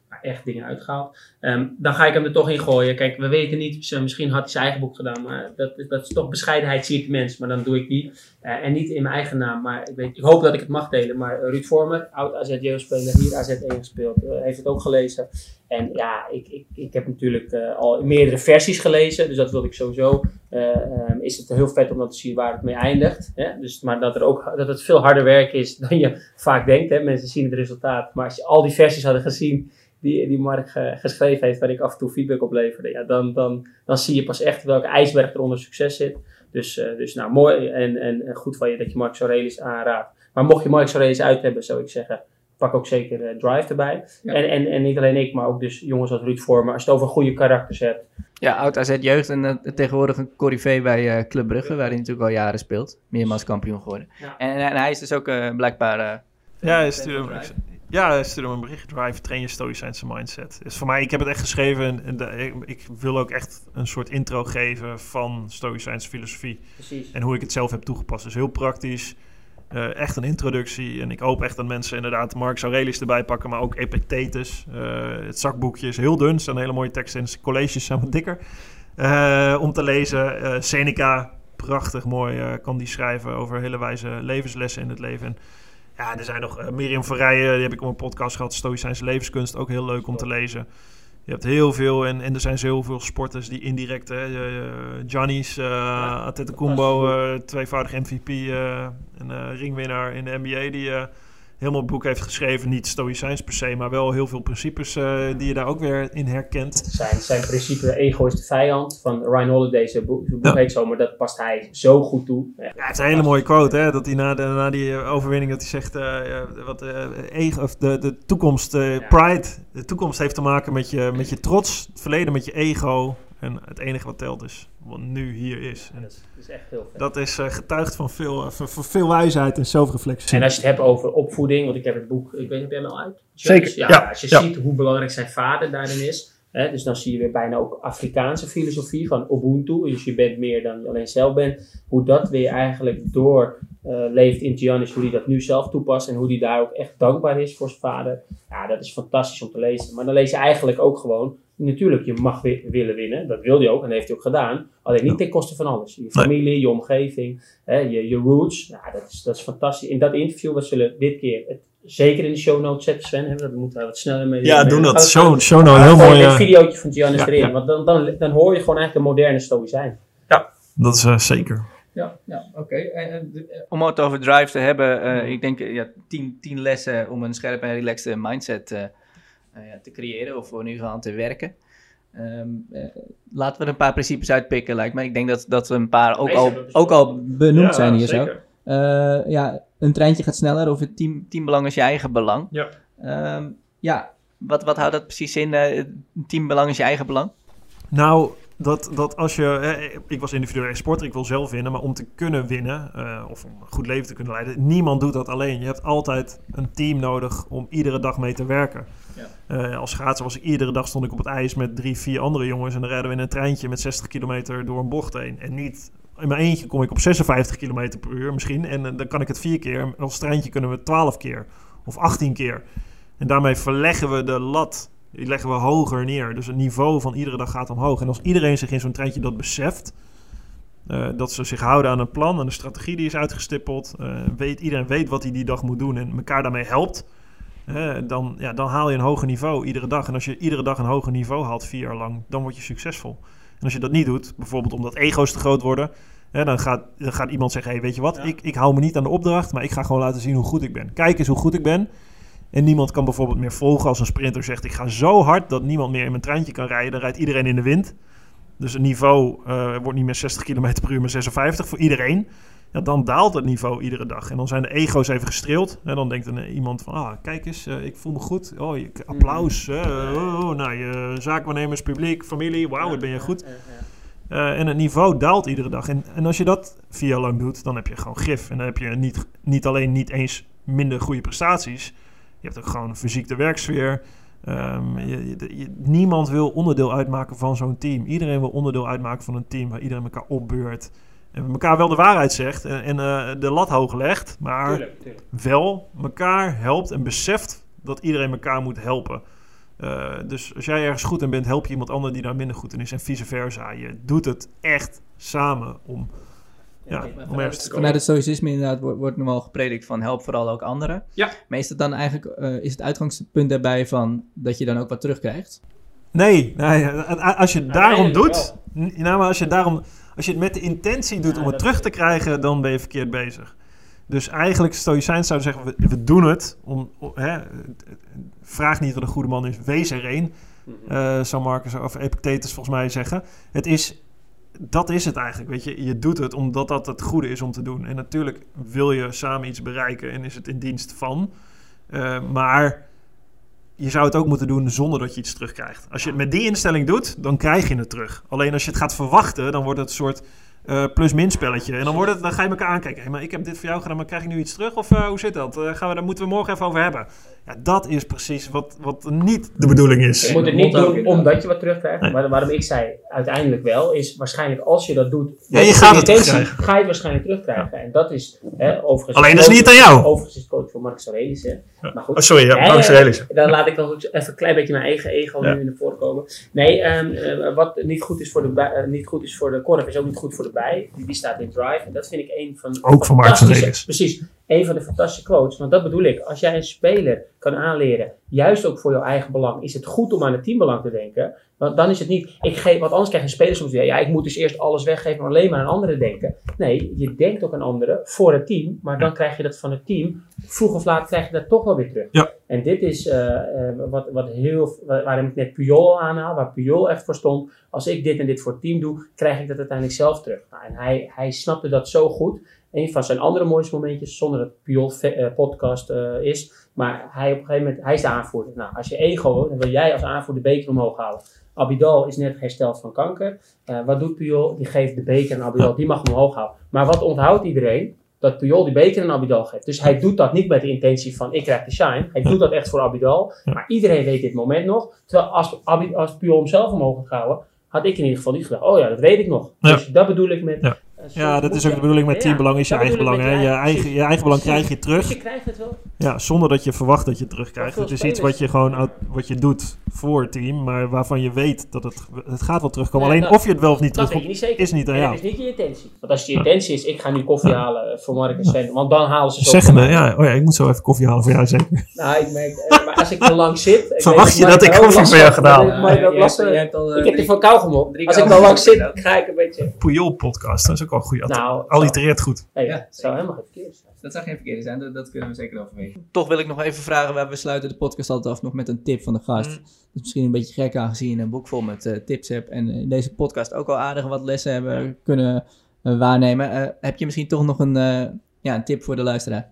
echt dingen uitgehaald. Dan ga ik hem er toch in gooien. Kijk, we weten niet, misschien had hij zijn eigen boek gedaan, maar dat is toch bescheidenheid, zie ik de mens. Maar dan doe ik die. En niet in mijn eigen naam, maar ik hoop dat ik het mag delen. Maar Ruud Vormer, oud AZ-jeugdspeler, hier AZ 1 gespeeld, heeft het ook gelezen. En ja, ik heb natuurlijk al meerdere versies gelezen, dus dat wilde ik sowieso. Is het heel vet om dan te zien waar het mee eindigt. Hè? Dus, maar dat het veel harder werk is dan je vaak denkt. Hè? Mensen zien het resultaat, maar als je al die versies hadden gezien die Mark geschreven heeft, waar ik af en toe feedback op leverde, ja, dan zie je pas echt welke ijsberg er onder succes zit. Dus nou, mooi en goed van je dat je Marcus Aurelius aanraadt. Maar mocht je Marcus Aurelius uit hebben, zou ik zeggen, pak ook zeker Drive erbij. Ja. En niet alleen ik, maar ook dus jongens als Ruud Vormer, als je het over goede karakters hebt. Ja, oud AZ-jeugd en tegenwoordig een corrivee bij Club Brugge, waar hij natuurlijk al jaren speelt. Meermaals kampioen geworden. Ja. En hij is dus ook blijkbaar... hij stuurde me een bericht. Drive, train je stoïcijnse mindset. Dus voor mij, ik heb het echt geschreven en ik wil ook echt een soort intro geven van stoïcijnse filosofie. Precies. En hoe ik het zelf heb toegepast. Dus heel praktisch. Echt een introductie. En ik hoop echt dat mensen inderdaad Marcus Aurelius erbij pakken, maar ook Epictetus. Het zakboekje is heel dun. Er staan hele mooie teksten in. De colleges zijn wat dikker om te lezen. Seneca, prachtig mooi, kan die schrijven over hele wijze levenslessen in het leven. En ja, er zijn nog Miriam Verrijen, die heb ik op een podcast gehad. Stoïcijnse levenskunst, ook heel leuk om te lezen. Je hebt heel veel en er zijn zoveel sporters die indirect... Giannis, Antetokounmpo, tweevoudig MVP en ringwinnaar in de NBA... die helemaal het boek heeft geschreven. Niet stoïcijns per se, maar wel heel veel principes die je daar ook weer in herkent. Zijn principe ego is de vijand van Ryan Holiday. Zijn boek heet zo, maar dat past hij zo goed toe. Ja, het is een hele mooie quote, hè, dat hij na die overwinning dat hij zegt... ego, of de toekomst, pride, de toekomst heeft te maken met je trots. Het verleden met je ego. En het enige wat telt is wat nu hier is. En dat is echt heel vet. Dat is getuigd van veel wijsheid en zelfreflectie. En als je het hebt over opvoeding, want ik heb het boek, ik weet, heb jij hem al uit? Zeker, ja. Als je ziet hoe belangrijk zijn vader daarin is, hè, dus dan zie je weer bijna ook Afrikaanse filosofie van Ubuntu, dus je bent meer dan je alleen zelf bent, hoe dat weer eigenlijk leeft in Giannis, hoe hij dat nu zelf toepast en hoe hij daar ook echt dankbaar is voor zijn vader. Ja, dat is fantastisch om te lezen. Maar dan lees je eigenlijk ook gewoon, natuurlijk, je mag willen winnen. Dat wil hij ook en dat heeft hij ook gedaan. Alleen niet ten koste van alles. Je familie, je omgeving, je roots. Ja, dat is fantastisch. In dat interview, we zullen dit keer zeker in de show notes zetten, Sven. Dat moeten we wat sneller mee. Ja, doen dat. Show notes. Heel mooi. Dit videootje van Giannis erin. Want dan hoor je gewoon eigenlijk een moderne stoïcijn. Ja, dat is zeker. Ja, oké. Om het over Drive te hebben, ik denk 10 lessen om een scherpe en relaxed mindset te creëren of voor in ieder geval aan te werken. Laten we er een paar principes uitpikken, lijkt me. Ik denk dat er een paar ook al benoemd zijn hier zo. Een treintje gaat sneller of het teambelang is je eigen belang. Ja. Wat houdt dat precies in? Teambelang is je eigen belang? Nou, dat als je... ik was individueel sporter, ik wil zelf winnen. Maar om te kunnen winnen, of om een goed leven te kunnen leiden... niemand doet dat alleen. Je hebt altijd een team nodig om iedere dag mee te werken. Ja. Als schaatser iedere dag stond ik op het ijs met 3-4 andere jongens... en dan rijden we in een treintje met 60 kilometer door een bocht heen. En niet... In mijn eentje kom ik op 56 kilometer per uur misschien... en dan kan ik het 4 keer. Als treintje kunnen we 12 keer of 18 keer. En daarmee verleggen we de lat... Die leggen we hoger neer. Dus het niveau van iedere dag gaat omhoog. En als iedereen zich in zo'n treintje dat beseft... dat ze zich houden aan een plan... en een strategie die is uitgestippeld... iedereen weet wat hij die dag moet doen... en elkaar daarmee helpt... dan haal je een hoger niveau iedere dag. En als je iedere dag een hoger niveau haalt 4 jaar lang... dan word je succesvol. En als je dat niet doet... bijvoorbeeld omdat ego's te groot worden... dan gaat iemand zeggen... hey, weet je wat? Ja. Ik hou me niet aan de opdracht... maar ik ga gewoon laten zien hoe goed ik ben. Kijk eens hoe goed ik ben... En niemand kan bijvoorbeeld meer volgen als een sprinter zegt... ik ga zo hard dat niemand meer in mijn treintje kan rijden. Dan rijdt iedereen in de wind. Dus het niveau wordt niet meer 60 km per uur, maar 56 voor iedereen. Ja, dan daalt het niveau iedere dag. En dan zijn de ego's even gestreeld. En dan denkt iemand van... kijk eens, ik voel me goed. Applaus. Je zaakwaarnemers, publiek, familie. Wauw, wat ben je goed. En het niveau daalt iedere dag. En als je dat 4 jaar lang doet, dan heb je gewoon gif. En dan heb je niet alleen niet eens minder goede prestaties... Je hebt ook gewoon een fysieke werksfeer. Niemand wil onderdeel uitmaken van zo'n team. Iedereen wil onderdeel uitmaken van een team... waar iedereen elkaar opbeurt. En elkaar wel de waarheid zegt en de lat hoog legt... maar tuurlijk. Wel elkaar helpt en beseft dat iedereen elkaar moet helpen. Dus als jij ergens goed in bent, help je iemand anders die daar minder goed in is. En vice versa. Je doet het echt samen om ergens te komen. Vanuit het stoïcisme inderdaad wordt nog wel gepredikt van help vooral ook anderen. Ja. Maar is het dan eigenlijk, is het uitgangspunt daarbij van dat je dan ook wat terugkrijgt? Nee, als je het daarom doet... maar als je het met de intentie doet om het terug te krijgen, dan ben je verkeerd bezig. Dus eigenlijk, stoïcijns zouden zeggen, we doen het. Vraag niet wat een goede man is, wees er een. Zou Marcus of Epictetus volgens mij zeggen. Dat is het eigenlijk, weet je. Je doet het omdat dat het goede is om te doen. En natuurlijk wil je samen iets bereiken en is het in dienst van. Maar je zou het ook moeten doen zonder dat je iets terugkrijgt. Als je het met die instelling doet, dan krijg je het terug. Alleen als je het gaat verwachten, dan wordt het een soort plus-min spelletje. En dan ga je elkaar aankijken. Hey, maar ik heb dit voor jou gedaan, maar krijg ik nu iets terug? Of hoe zit dat? Daar moeten we morgen even over hebben. Ja, dat is precies wat niet de bedoeling is. Je moet het niet doen omdat je wat terugkrijgt. Nee. Maar waarom ik zei uiteindelijk wel, is waarschijnlijk als je dat doet... Ja, je gaat het terugkrijgen. Ga je het waarschijnlijk terugkrijgen. Ja. En dat is overigens... Alleen dat is niet aan jou. Overigens is het coach van Marcus Aurelius. Ja. Maar goed. Marcus Aurelius. Dan laat ik nog even een klein beetje mijn eigen ego nu naar voren komen. Nee, wat niet goed is voor de korf, is ook niet goed voor de bij. Die staat in drive. En dat vind ik een van... Ook van Marcus Aurelius. Precies. Een van de fantastische quotes. Want dat bedoel ik. Als jij een speler kan aanleren, juist ook voor jouw eigen belang, is het goed om aan het teambelang te denken. Want dan is het niet, want anders krijg je spelers soms weer, ik moet dus eerst alles weggeven en alleen maar aan anderen denken. Nee, je denkt ook aan anderen voor het team, maar dan krijg je dat van het team. Vroeg of laat krijg je dat toch wel weer terug. Ja. En dit is waarom ik net Puyol aanhaal, waar Puyol echt voor stond. Als ik dit en dit voor het team doe, krijg ik dat uiteindelijk zelf terug. Nou, en hij snapte dat zo goed. Een van zijn andere mooiste momentjes, zonder dat het Puyol podcast is. Maar hij op een gegeven moment, hij is de aanvoerder. Nou, als je ego, dan wil jij als aanvoerder de beker omhoog halen. Abidal is net hersteld van kanker. Wat doet Puyol? Die geeft de beker aan Abidal. Die mag hem omhoog houden. Maar wat onthoudt iedereen? Dat Puyol die beker aan Abidal geeft. Dus hij doet dat niet met de intentie van ik krijg de shine. Hij doet dat echt voor Abidal. Maar iedereen weet dit moment nog. Terwijl als Puyol hem zelf omhoog had gehouden, had ik in ieder geval niet gedacht. Oh ja, dat weet ik nog. Ja. Dus dat bedoel ik met... Ja, dat is ook de bedoeling met teambelang, is je eigen belang. Je eigen belang krijg je terug. Je krijgt het wel. Ja, zonder dat je verwacht dat je het terugkrijgt. Het is iets wat je doet voor het team, maar waarvan je weet dat het gaat wel terugkomen. Alleen of je het wel of niet terugkomt, is niet aan jou. Dat is niet je intentie. Want als je intentie is, ik ga nu koffie halen voor Mark en Sven, want dan halen ze zo. Zeggende, ik moet zo even koffie halen voor jou, zeker. Nou, ik merk, maar als ik te lang zit... Verwacht je dat ik koffie voor jou gedaan? Ik heb er van kauwgom op. Als ik te lang zit, ga ik een beetje... Puyol podcast, dat is ook wel een goede. Allitereert goed. Ja, zou helemaal geen verkeerd zijn. Dat zou geen verkeerde zijn, dat kunnen we zeker overwegen. Toch wil ik nog even vragen, we sluiten de podcast altijd af nog met een tip van de gast. Dat is misschien een beetje gek aangezien je een boek vol met tips hebt en in deze podcast ook al aardig wat lessen hebben kunnen waarnemen. Heb je misschien toch nog een tip voor de luisteraar?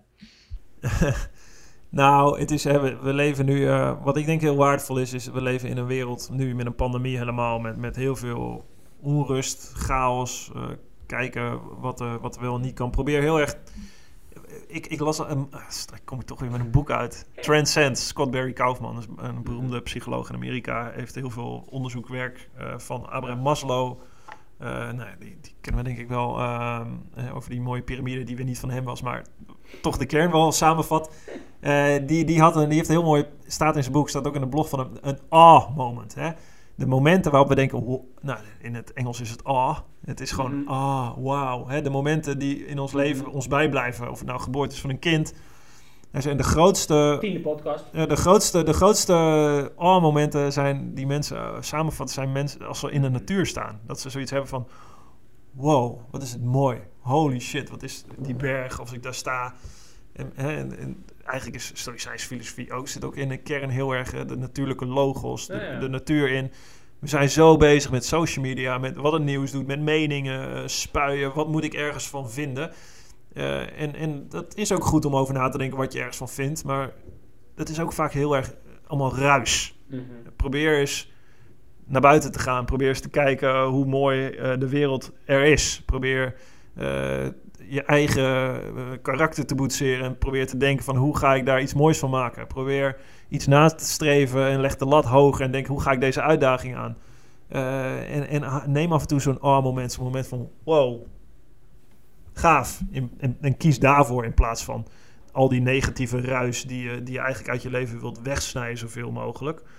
Nou, het is, we leven nu, wat ik denk heel waardevol is we leven in een wereld nu met een pandemie helemaal, met heel veel onrust, chaos, kijken wat er wel niet kan. Probeer heel erg... Ik las... kom ik toch weer met een boek uit. Transcend, Scott Barry Kaufman, een beroemde psycholoog in Amerika. Heeft heel veel onderzoekwerk van Abraham Maslow. Die kennen we denk ik wel over die mooie piramide die weer niet van hem was, maar toch de kern wel samenvat. Die heeft heel mooi, staat in zijn boek, staat ook in de blog van een moment. Hè? De momenten waarop we denken, in het Engels is het het is gewoon wauw. Hè? De momenten die in ons leven ons bijblijven, of het nou geboorte is van een kind. Er zijn de grootste... 10e podcast. De grootste momenten zijn die mensen samenvatten, zijn mensen als ze in de natuur staan. Dat ze zoiets hebben van, wow, wat is het mooi. Holy shit, wat is die berg, als ik daar sta. En eigenlijk is stoïcijns filosofie ook, zit ook in de kern heel erg de natuurlijke logos, de natuur in. We zijn zo bezig met social media, met wat het nieuws doet, met meningen, spuien. Wat moet ik ergens van vinden? En dat is ook goed om over na te denken wat je ergens van vindt. Maar dat is ook vaak heel erg allemaal ruis. Mm-hmm. Probeer eens naar buiten te gaan. Probeer eens te kijken hoe mooi de wereld er is. Probeer je eigen karakter te boetseren. En probeer te denken van hoe ga ik daar iets moois van maken. Probeer iets na te streven en leg de lat hoger. En denk hoe ga ik deze uitdaging aan. En neem af en toe zo'n moment. Zo'n moment van wow. Gaaf. En kies daarvoor in plaats van al die negatieve ruis die je eigenlijk uit je leven wilt wegsnijden zoveel mogelijk.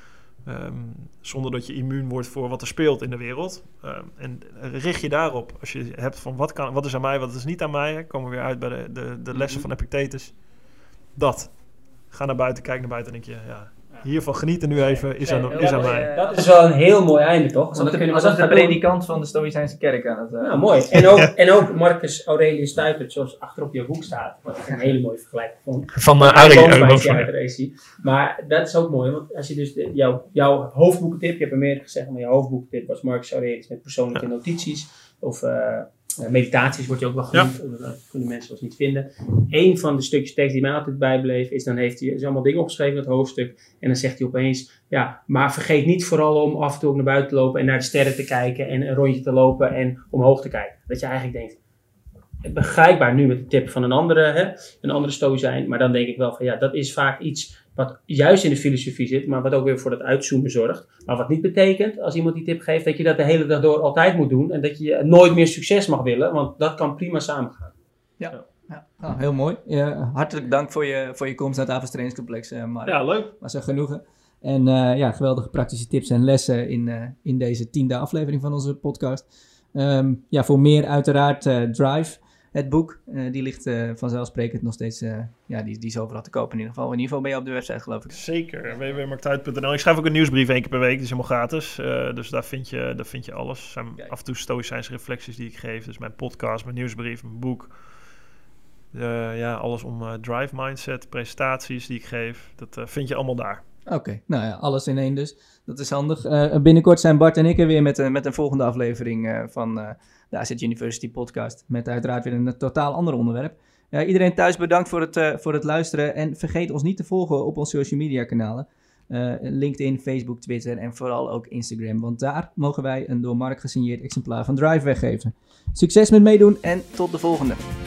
Zonder dat je immuun wordt voor wat er speelt in de wereld. En richt je daarop. Als je hebt van wat is aan mij, wat is niet aan mij. Komen we weer uit bij de lessen van Epictetus. Dat. Ga naar buiten, kijk naar buiten en denk je... hiervan genieten nu even, is aan mij. Dat is wel een heel mooi einde, toch? Alsof de predikant van de Stoïcijnse kerk aan het... Nou, mooi. En ook Marcus Aurelius Stuypert, zoals achter op je boek staat. Wat ik een hele mooie vergelijking vond. Van Arie. Maar dat is ook mooi, want als je dus jouw hoofdboekentip, je hebt er meer gezegd, maar jouw hoofdboekentip was Marcus Aurelius met persoonlijke notities. Of meditaties wordt je ook wel genoemd. Dat kunnen mensen wel eens niet vinden. Eén van de stukjes tekst die mij altijd bijbleef is, dan heeft hij allemaal dingen opgeschreven in het hoofdstuk. En dan zegt hij opeens, maar vergeet niet vooral om af en toe ook naar buiten te lopen en naar de sterren te kijken en een rondje te lopen en omhoog te kijken. Dat je eigenlijk denkt, begrijpbaar nu met de tip van een andere stoïcijn, maar dan denk ik wel van dat is vaak iets wat juist in de filosofie zit, maar wat ook weer voor dat uitzoomen zorgt. Maar wat niet betekent, als iemand die tip geeft, dat je dat de hele dag door altijd moet doen en dat je nooit meer succes mag willen, want dat kan prima samengaan. Ja. Nou, heel mooi. Hartelijk dank voor je komst naar het Avos Trainingscomplex, Mark. Ja, leuk. Was een genoegen. En geweldige praktische tips en lessen in deze 10e aflevering van onze podcast. Voor meer uiteraard Drive, het boek. Die ligt vanzelfsprekend nog steeds, die is overal te kopen in ieder geval. In ieder geval ben je op de website, geloof ik. Zeker, www.marktuit.nl. Ik schrijf ook een nieuwsbrief 1 keer per week, die is helemaal gratis. Dus daar vind je alles. Er zijn af en toe stoïcijnse reflecties die ik geef. Dus mijn podcast, mijn nieuwsbrief, mijn boek. Alles om drive mindset, presentaties die ik geef. Dat vind je allemaal daar. Oké, alles in één dus. Dat is handig. Binnenkort zijn Bart en ik er weer met een volgende aflevering van de AZ University podcast. Met uiteraard weer een totaal ander onderwerp. Iedereen thuis bedankt voor het luisteren. En vergeet ons niet te volgen op onze social media kanalen. LinkedIn, Facebook, Twitter en vooral ook Instagram. Want daar mogen wij een door Mark gesigneerd exemplaar van Drive weggeven. Succes met meedoen en tot de volgende.